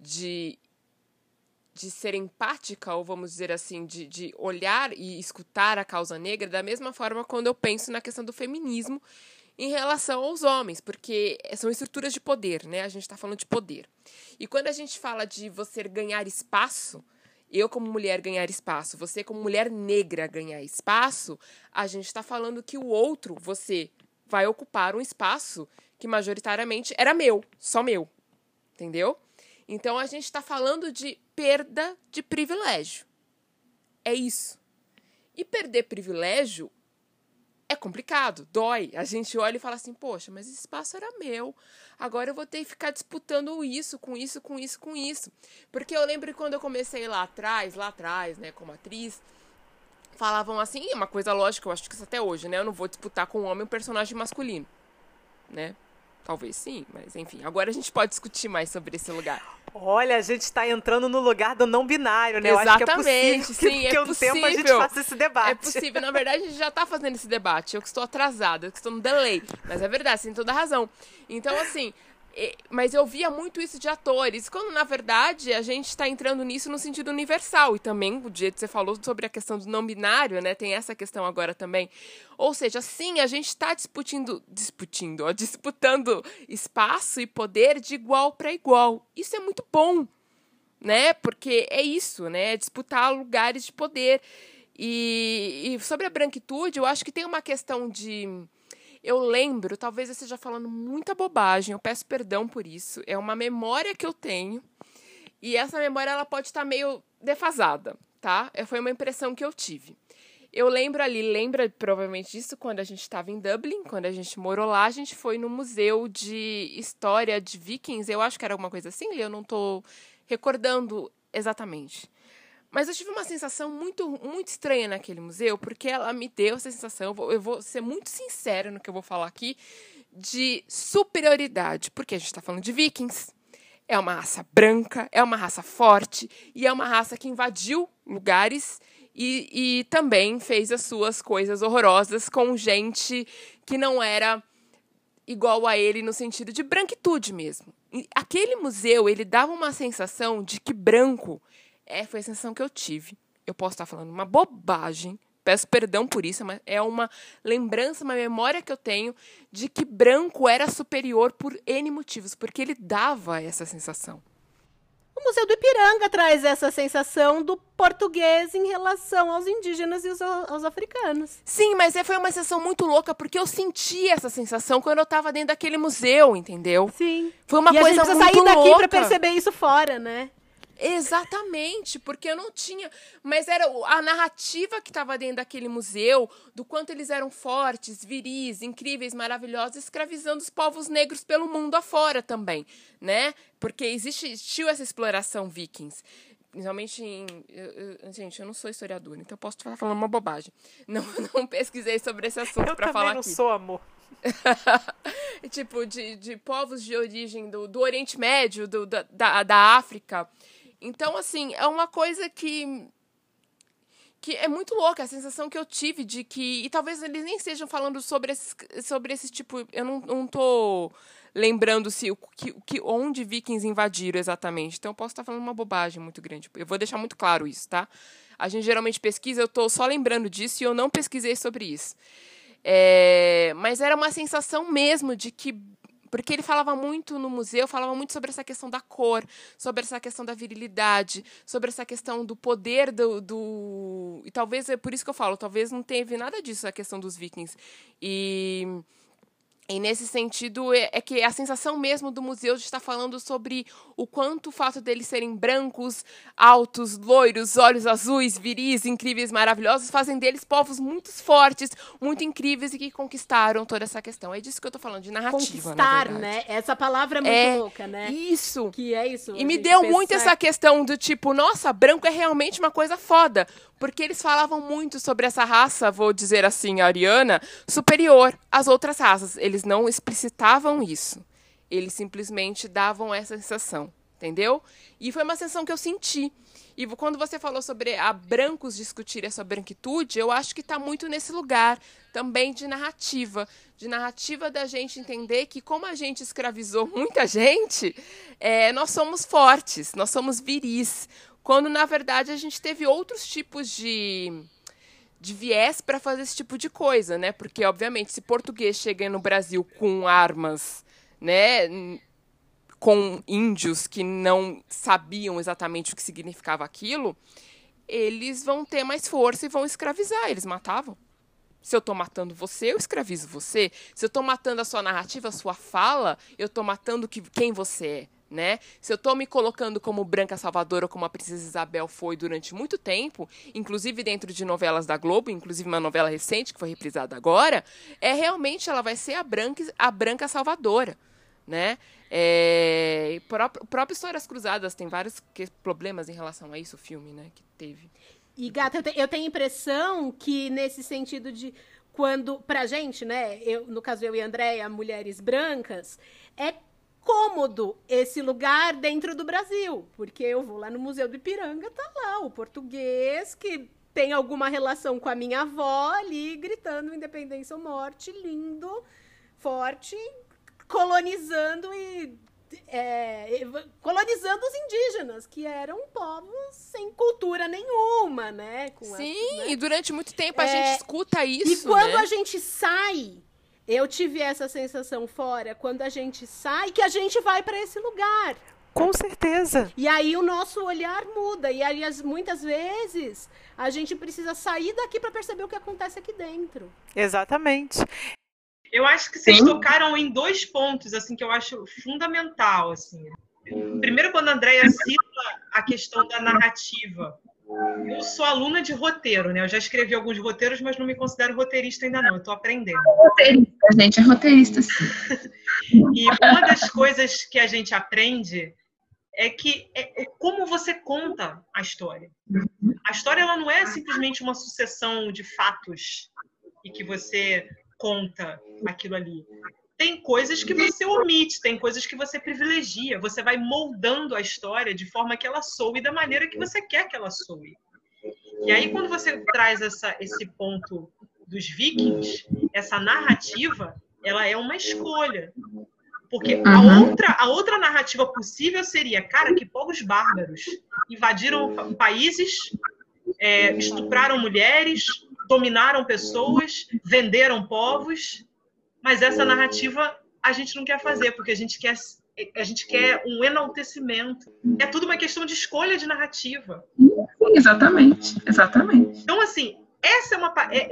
ser empática, ou vamos dizer assim, de olhar e escutar a causa negra, da mesma forma quando eu penso na questão do feminismo em relação aos homens, porque são estruturas de poder, né? A gente está falando de poder. E quando a gente fala de você ganhar espaço, eu como mulher ganhar espaço, você como mulher negra ganhar espaço, a gente está falando que o outro, você vai ocupar um espaço que majoritariamente era meu, só meu, entendeu? Então, a gente está falando de perda de privilégio. É isso. E perder privilégio é complicado, dói. A gente olha e fala assim, poxa, mas esse espaço era meu. Agora eu vou ter que ficar disputando isso, com isso, com isso, com isso. Porque eu lembro que quando eu comecei lá atrás, né, como atriz, falavam assim, uma coisa lógica, eu acho que isso até hoje, né? Eu não vou disputar com um homem um personagem masculino, né? Talvez sim, mas enfim. Agora a gente pode discutir mais sobre esse lugar. Olha, a gente está entrando no lugar do não binário, né? Exatamente, eu acho que é possível que um tempo a gente faça esse debate. É possível. Na verdade, a gente já está fazendo esse debate. Eu que estou atrasada, eu que estou no delay. Mas é verdade, você tem toda a razão. Então, assim, mas eu via muito isso de atores, quando, na verdade, a gente está entrando nisso no sentido universal. E também, o jeito que você falou sobre a questão do não binário, né? Tem essa questão agora também. Ou seja, sim, a gente está disputando espaço e poder de igual para igual. Isso é muito bom, né? Porque é isso, né? É disputar lugares de poder. E sobre a branquitude, eu acho que tem uma questão de... Eu lembro, talvez eu esteja falando muita bobagem, eu peço perdão por isso. É uma memória que eu tenho. E essa memória ela pode estar meio defasada, tá? Foi uma impressão que eu tive. Eu lembra provavelmente disso quando a gente estava em Dublin, quando a gente morou lá, a gente foi no museu de história de vikings, eu acho que era alguma coisa assim, eu não estou recordando exatamente. Mas eu tive uma sensação muito, muito estranha naquele museu, porque ela me deu essa sensação, eu vou ser muito sincera no que eu vou falar aqui, de superioridade, porque a gente está falando de vikings, é uma raça branca, é uma raça forte, e é uma raça que invadiu lugares e também fez as suas coisas horrorosas com gente que não era igual a ele no sentido de branquitude mesmo. E aquele museu, ele dava uma sensação de que branco, foi a sensação que eu tive. Eu posso estar falando uma bobagem, peço perdão por isso, mas é uma lembrança, uma memória que eu tenho de que branco era superior por N motivos, porque ele dava essa sensação. O Museu do Ipiranga traz essa sensação do português em relação aos indígenas e aos africanos. Sim, mas foi uma sensação muito louca, porque eu senti essa sensação quando eu estava dentro daquele museu, entendeu? Sim. Foi uma coisa muito louca. E a gente precisa sair daqui para perceber isso fora, né? Exatamente, porque eu não tinha... Mas era a narrativa que estava dentro daquele museu, do quanto eles eram fortes, viris, incríveis, maravilhosos, escravizando os povos negros pelo mundo afora também, né? Porque existiu essa exploração vikings. Principalmente gente, eu não sou historiadora, então eu posso estar falando uma bobagem. Não pesquisei sobre esse assunto para falar aqui. Eu também não sou, amor. Tipo, de povos de origem do Oriente Médio, da África. Então, assim, é uma coisa que é muito louca, a sensação que eu tive de que... E talvez eles nem estejam falando sobre esse tipo... Eu não tô lembrando onde vikings invadiram exatamente. Então, eu posso estar falando uma bobagem muito grande. Eu vou deixar muito claro isso, tá? A gente geralmente pesquisa, eu tô só lembrando disso e eu não pesquisei sobre isso. Mas era uma sensação mesmo de que... Porque ele falava muito no museu, falava muito sobre essa questão da cor, sobre essa questão da virilidade, sobre essa questão do poder E talvez, é por isso que eu falo, talvez não teve nada disso a questão dos vikings. E nesse sentido, é que a sensação mesmo do museu de estar falando sobre o quanto o fato deles serem brancos, altos, loiros, olhos azuis, viris, incríveis, maravilhosos, fazem deles povos muito fortes, muito incríveis e que conquistaram toda essa questão. É disso que eu tô falando, de narrativa, na verdade. Né? Essa palavra é muito louca, né? Isso. Que é isso. E me deu muito essa questão do tipo, nossa, branco é realmente uma coisa foda. Porque eles falavam muito sobre essa raça, vou dizer assim, ariana, superior às outras raças. Eles não explicitavam isso. Eles simplesmente davam essa sensação, entendeu? E foi uma sensação que eu senti. E quando você falou sobre a brancos discutir essa branquitude, eu acho que está muito nesse lugar também de narrativa da gente entender que como a gente escravizou muita gente, nós somos fortes, nós somos viris. Quando, na verdade, a gente teve outros tipos de viés para fazer esse tipo de coisa, né? Porque, obviamente, se português chega no Brasil com armas, né, com índios que não sabiam exatamente o que significava aquilo, eles vão ter mais força e vão escravizar. Eles matavam. Se eu estou matando você, eu escravizo você. Se eu estou matando a sua narrativa, a sua fala, eu estou matando quem você é. Né? Se eu estou me colocando como Branca Salvadora, como a Princesa Isabel foi durante muito tempo, inclusive dentro de novelas da Globo, inclusive uma novela recente que foi reprisada agora, realmente ela vai ser a Branca Salvadora, né? Próprio Histórias Cruzadas tem vários problemas em relação a isso, o filme, né, que teve. E, Gata, eu tenho a impressão que nesse sentido de quando, pra gente, né, no caso eu e a Andréia, mulheres brancas, é cômodo esse lugar dentro do Brasil, porque eu vou lá no Museu do Ipiranga, tá lá o português que tem alguma relação com a minha avó ali, gritando independência ou morte, lindo, forte, colonizando os indígenas, que eram povos sem cultura nenhuma, né? Sim, né? E durante muito tempo a gente escuta isso, e quando né? a gente sai... Eu tive essa sensação fora, quando a gente sai, que a gente vai para esse lugar. Com certeza. E aí o nosso olhar muda. E aí, muitas vezes, a gente precisa sair daqui para perceber o que acontece aqui dentro. Exatamente. Eu acho que vocês tocaram em 2 pontos, assim, que eu acho fundamental, assim. Primeiro, quando a Andréia cita a questão da narrativa. Eu sou aluna de roteiro, né? Eu já escrevi alguns roteiros, mas não me considero roteirista ainda não. Eu estou aprendendo. Roteirista, gente. É roteirista, sim. E uma das coisas que a gente aprende é que como você conta a história. A história ela não é simplesmente uma sucessão de fatos e que você conta aquilo ali. Tem coisas que você omite, tem coisas que você privilegia. Você vai moldando a história de forma que ela soe da maneira que você quer que ela soe. E aí, quando você traz esse ponto dos vikings, essa narrativa, ela é uma escolha. Porque Uhum. a outra narrativa possível seria, cara, que povos bárbaros invadiram países, estupraram mulheres, dominaram pessoas, venderam povos, mas essa narrativa a gente não quer fazer, porque a gente quer um enaltecimento. É tudo uma questão de escolha de narrativa. Exatamente, exatamente. Então, assim, essa é uma...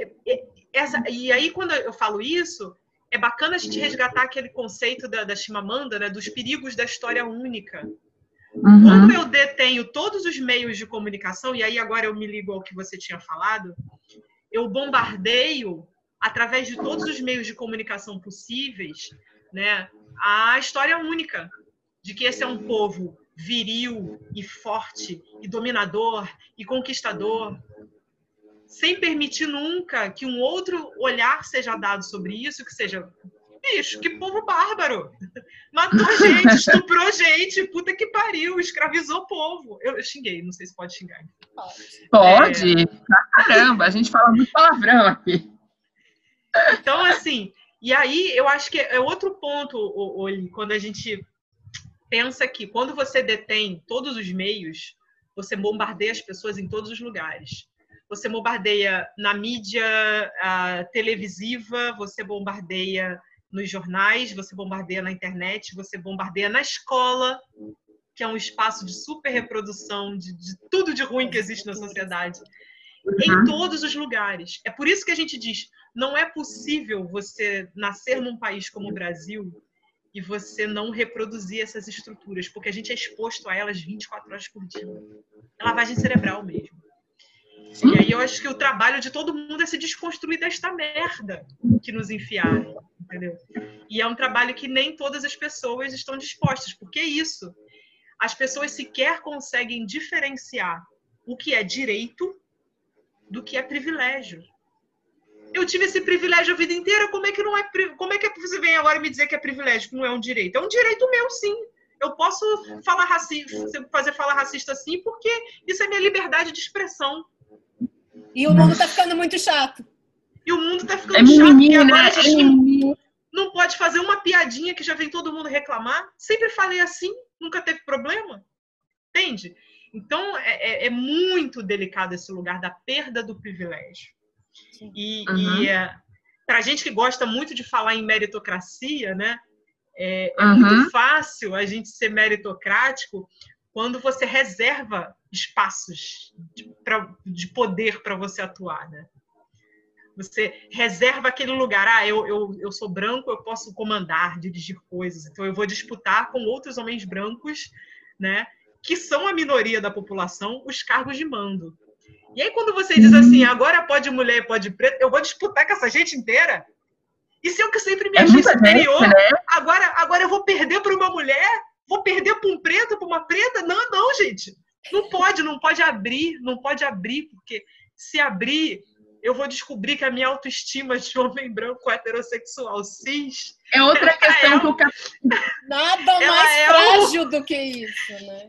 e aí, quando eu falo isso, é bacana a gente resgatar aquele conceito da Chimamanda, né, dos perigos da história única. Quando eu detenho todos os meios de comunicação, e aí agora eu me ligo ao que você tinha falado, eu bombardeio, através de todos os meios de comunicação possíveis, né, a história única, de que esse é um povo viril e forte, e dominador, e conquistador, sem permitir nunca que um outro olhar seja dado sobre isso, que seja, bicho, que povo bárbaro, matou gente, estuprou gente, puta que pariu, escravizou o povo. Eu xinguei, não sei se pode xingar. Pode, caramba, a gente fala muito palavrão aqui. Então, assim, e aí eu acho que é outro ponto, Oli, quando a gente pensa que quando você detém todos os meios, você bombardeia as pessoas em todos os lugares. Você bombardeia na mídia televisiva, você bombardeia nos jornais, você bombardeia na internet, você bombardeia na escola, que é um espaço de super reprodução de tudo de ruim que existe na sociedade. Em todos os lugares. É por isso que a gente diz, não é possível você nascer num país como o Brasil e você não reproduzir essas estruturas, porque a gente é exposto a elas 24 horas por dia. É lavagem cerebral mesmo. E aí eu acho que o trabalho de todo mundo é se desconstruir desta merda que nos enfiaram, entendeu? E é um trabalho que nem todas as pessoas estão dispostas, porque é isso. As pessoas sequer conseguem diferenciar o que é direito do que é privilégio. Eu tive esse privilégio a vida inteira, como é que não é? Como é que você vem agora me dizer que é privilégio, que não é um direito? É um direito meu, sim. Eu posso falar fazer fala racista sim, porque isso é minha liberdade de expressão. E o mundo tá ficando muito chato. E o mundo tá ficando chato, porque agora a gente menina. não pode fazer uma piadinha que já vem todo mundo reclamar. Sempre falei assim, nunca teve problema. Entende? Então, é muito delicado esse lugar da perda do privilégio. E para a gente que gosta muito de falar em meritocracia, né, é muito fácil a gente ser meritocrático quando você reserva espaços de poder para você atuar, né? Você reserva aquele lugar. Eu sou branco, eu posso comandar, dirigir coisas. Então, eu vou disputar com outros homens brancos, né, que são a minoria da população, os cargos de mando. E aí, quando você diz assim, agora pode mulher, pode preto, eu vou disputar com essa gente inteira? E se eu que sempre me achei superior, gente, né? agora eu vou perder para uma mulher? Vou perder para um preto, para uma preta? Não, gente. Não pode abrir, porque se abrir, eu vou descobrir que a minha autoestima de homem branco heterossexual cis... É outra questão que eu... Nada mais frágil do que isso, né?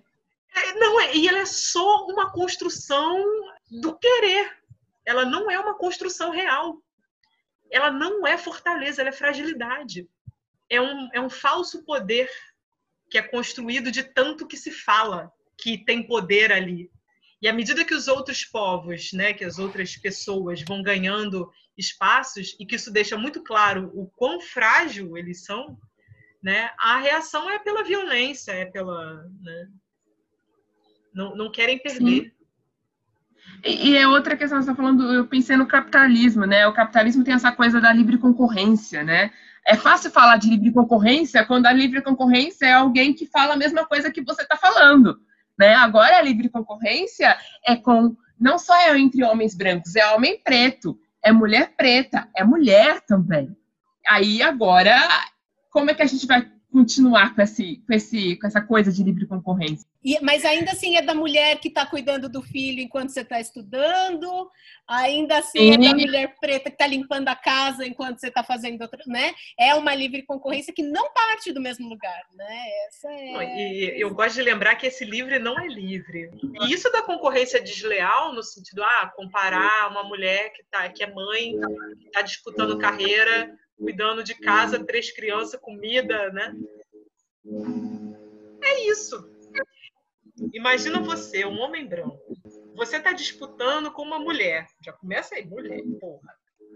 E ela é só uma construção do querer. Ela não é uma construção real. Ela não é fortaleza, ela é fragilidade. É um falso poder que é construído de tanto que se fala que tem poder ali. E à medida que os outros povos, né, que as outras pessoas vão ganhando espaços, e que isso deixa muito claro o quão frágil eles são, né, a reação é pela violência, é pela... Né, não querem perder. Sim. E é outra questão, você está falando, eu pensei no capitalismo, né? O capitalismo tem essa coisa da livre concorrência, né? É fácil falar de livre concorrência quando a livre concorrência é alguém que fala a mesma coisa que você está falando, né? Agora a livre concorrência não só é entre homens brancos, é homem preto, é mulher preta, é mulher também. Aí agora, como é que a gente vai continuar com essa coisa de livre concorrência? Mas ainda assim é da mulher que está cuidando do filho enquanto você está estudando, ainda assim é da mulher preta que está limpando a casa enquanto você está fazendo outra, né? É uma livre concorrência que não parte do mesmo lugar, né? E eu gosto de lembrar que esse livre não é livre. E isso da concorrência desleal, no sentido, comparar uma mulher que é mãe, que está disputando carreira cuidando de casa, 3 crianças, comida, né? É isso. Imagina você, um homem branco. Você está disputando com uma mulher. Já começa aí, mulher, porra.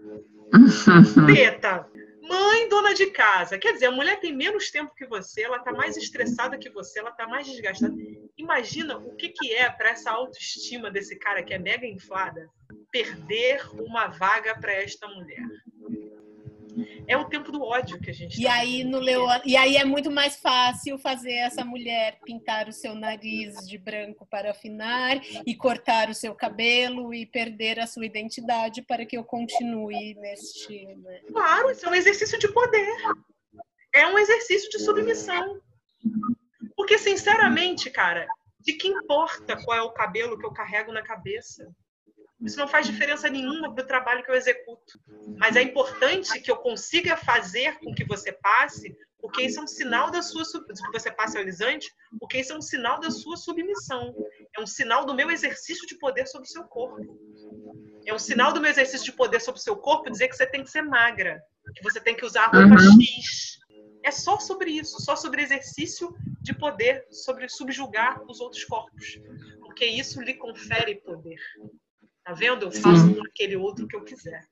Preta, mãe, dona de casa. Quer dizer, a mulher tem menos tempo que você, ela está mais estressada que você, ela está mais desgastada. Imagina o que é para essa autoestima desse cara que é mega inflada perder uma vaga para esta mulher. É o tempo do ódio que a gente E aí, e aí é muito mais fácil fazer essa mulher pintar o seu nariz de branco para afinar e cortar o seu cabelo e perder a sua identidade para que eu continue neste... Né? Claro, isso é um exercício de poder. É um exercício de submissão. Porque, sinceramente, cara, de que importa qual é o cabelo que eu carrego na cabeça? Isso não faz diferença nenhuma para o trabalho que eu executo. Mas é importante que eu consiga fazer com que você passe, porque isso é um sinal da sua... que você passe ao alisante, porque isso é um sinal da sua submissão. É um sinal do meu exercício de poder sobre o seu corpo. É um sinal do meu exercício de poder sobre o seu corpo dizer que você tem que ser magra, que você tem que usar a roupa X. É só sobre isso, só sobre exercício de poder, sobre subjugar os outros corpos. Porque isso lhe confere poder. Tá vendo? Eu faço com aquele outro que eu quiser.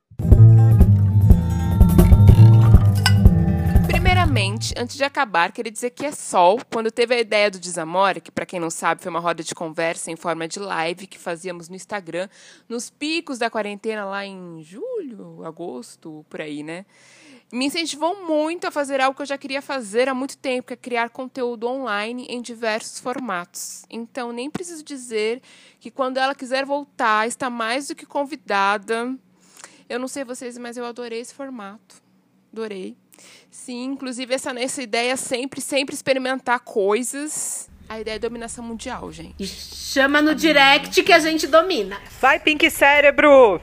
Primeiramente, antes de acabar, queria dizer que é Sol, quando teve a ideia do Desamore, que para quem não sabe foi uma roda de conversa em forma de live que fazíamos no Instagram, nos picos da quarentena lá em julho, agosto, por aí, né? Me incentivou muito a fazer algo que eu já queria fazer há muito tempo, que é criar conteúdo online em diversos formatos. Então, nem preciso dizer que quando ela quiser voltar, está mais do que convidada. Eu não sei vocês, mas eu adorei esse formato. Adorei. Sim, inclusive essa ideia sempre experimentar coisas. A ideia é dominação mundial, gente. E chama no direct que a gente domina. Vai, Pink Cérebro!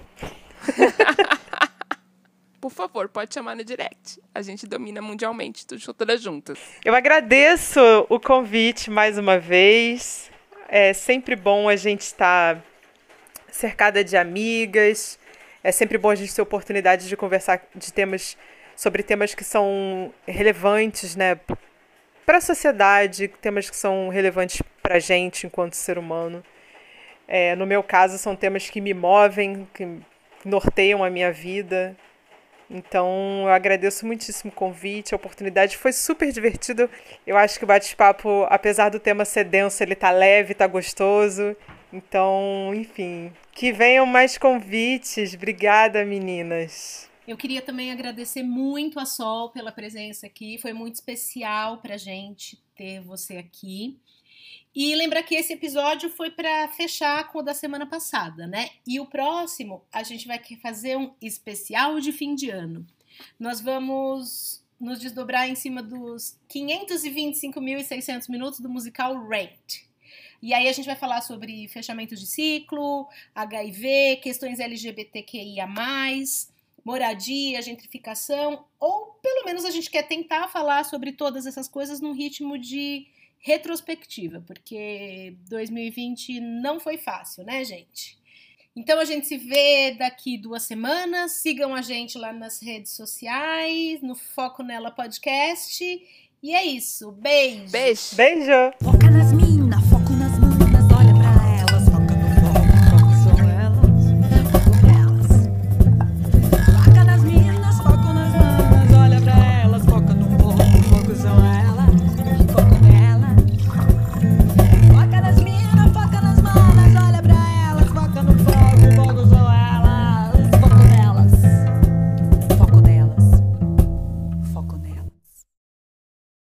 Por favor, pode chamar no direct. A gente domina mundialmente, todas juntas. Eu agradeço o convite mais uma vez. É sempre bom a gente estar cercada de amigas. É sempre bom a gente ter oportunidade de conversar sobre temas que são relevantes, né, para a sociedade, temas que são relevantes para a gente enquanto ser humano. No meu caso, são temas que me movem, que norteiam a minha vida. Então, eu agradeço muitíssimo o convite, a oportunidade. Foi super divertido. Eu acho que o bate-papo, apesar do tema ser denso, ele tá leve, tá gostoso. Então, enfim, que venham mais convites. Obrigada, meninas. Eu queria também agradecer muito a Sol pela presença aqui. Foi muito especial pra gente ter você aqui. E lembrar que esse episódio foi para fechar com o da semana passada, né? E o próximo, a gente vai fazer um especial de fim de ano. Nós vamos nos desdobrar em cima dos 525.600 minutos do musical Rent. E aí a gente vai falar sobre fechamento de ciclo, HIV, questões LGBTQIA+, moradia, gentrificação, ou pelo menos a gente quer tentar falar sobre todas essas coisas num ritmo de retrospectiva, porque 2020 não foi fácil, né, gente? Então a gente se vê daqui 2 semanas. Sigam a gente lá nas redes sociais, no Foco Nela Podcast. E é isso. Beijo. Beijo. Foca nas minhas.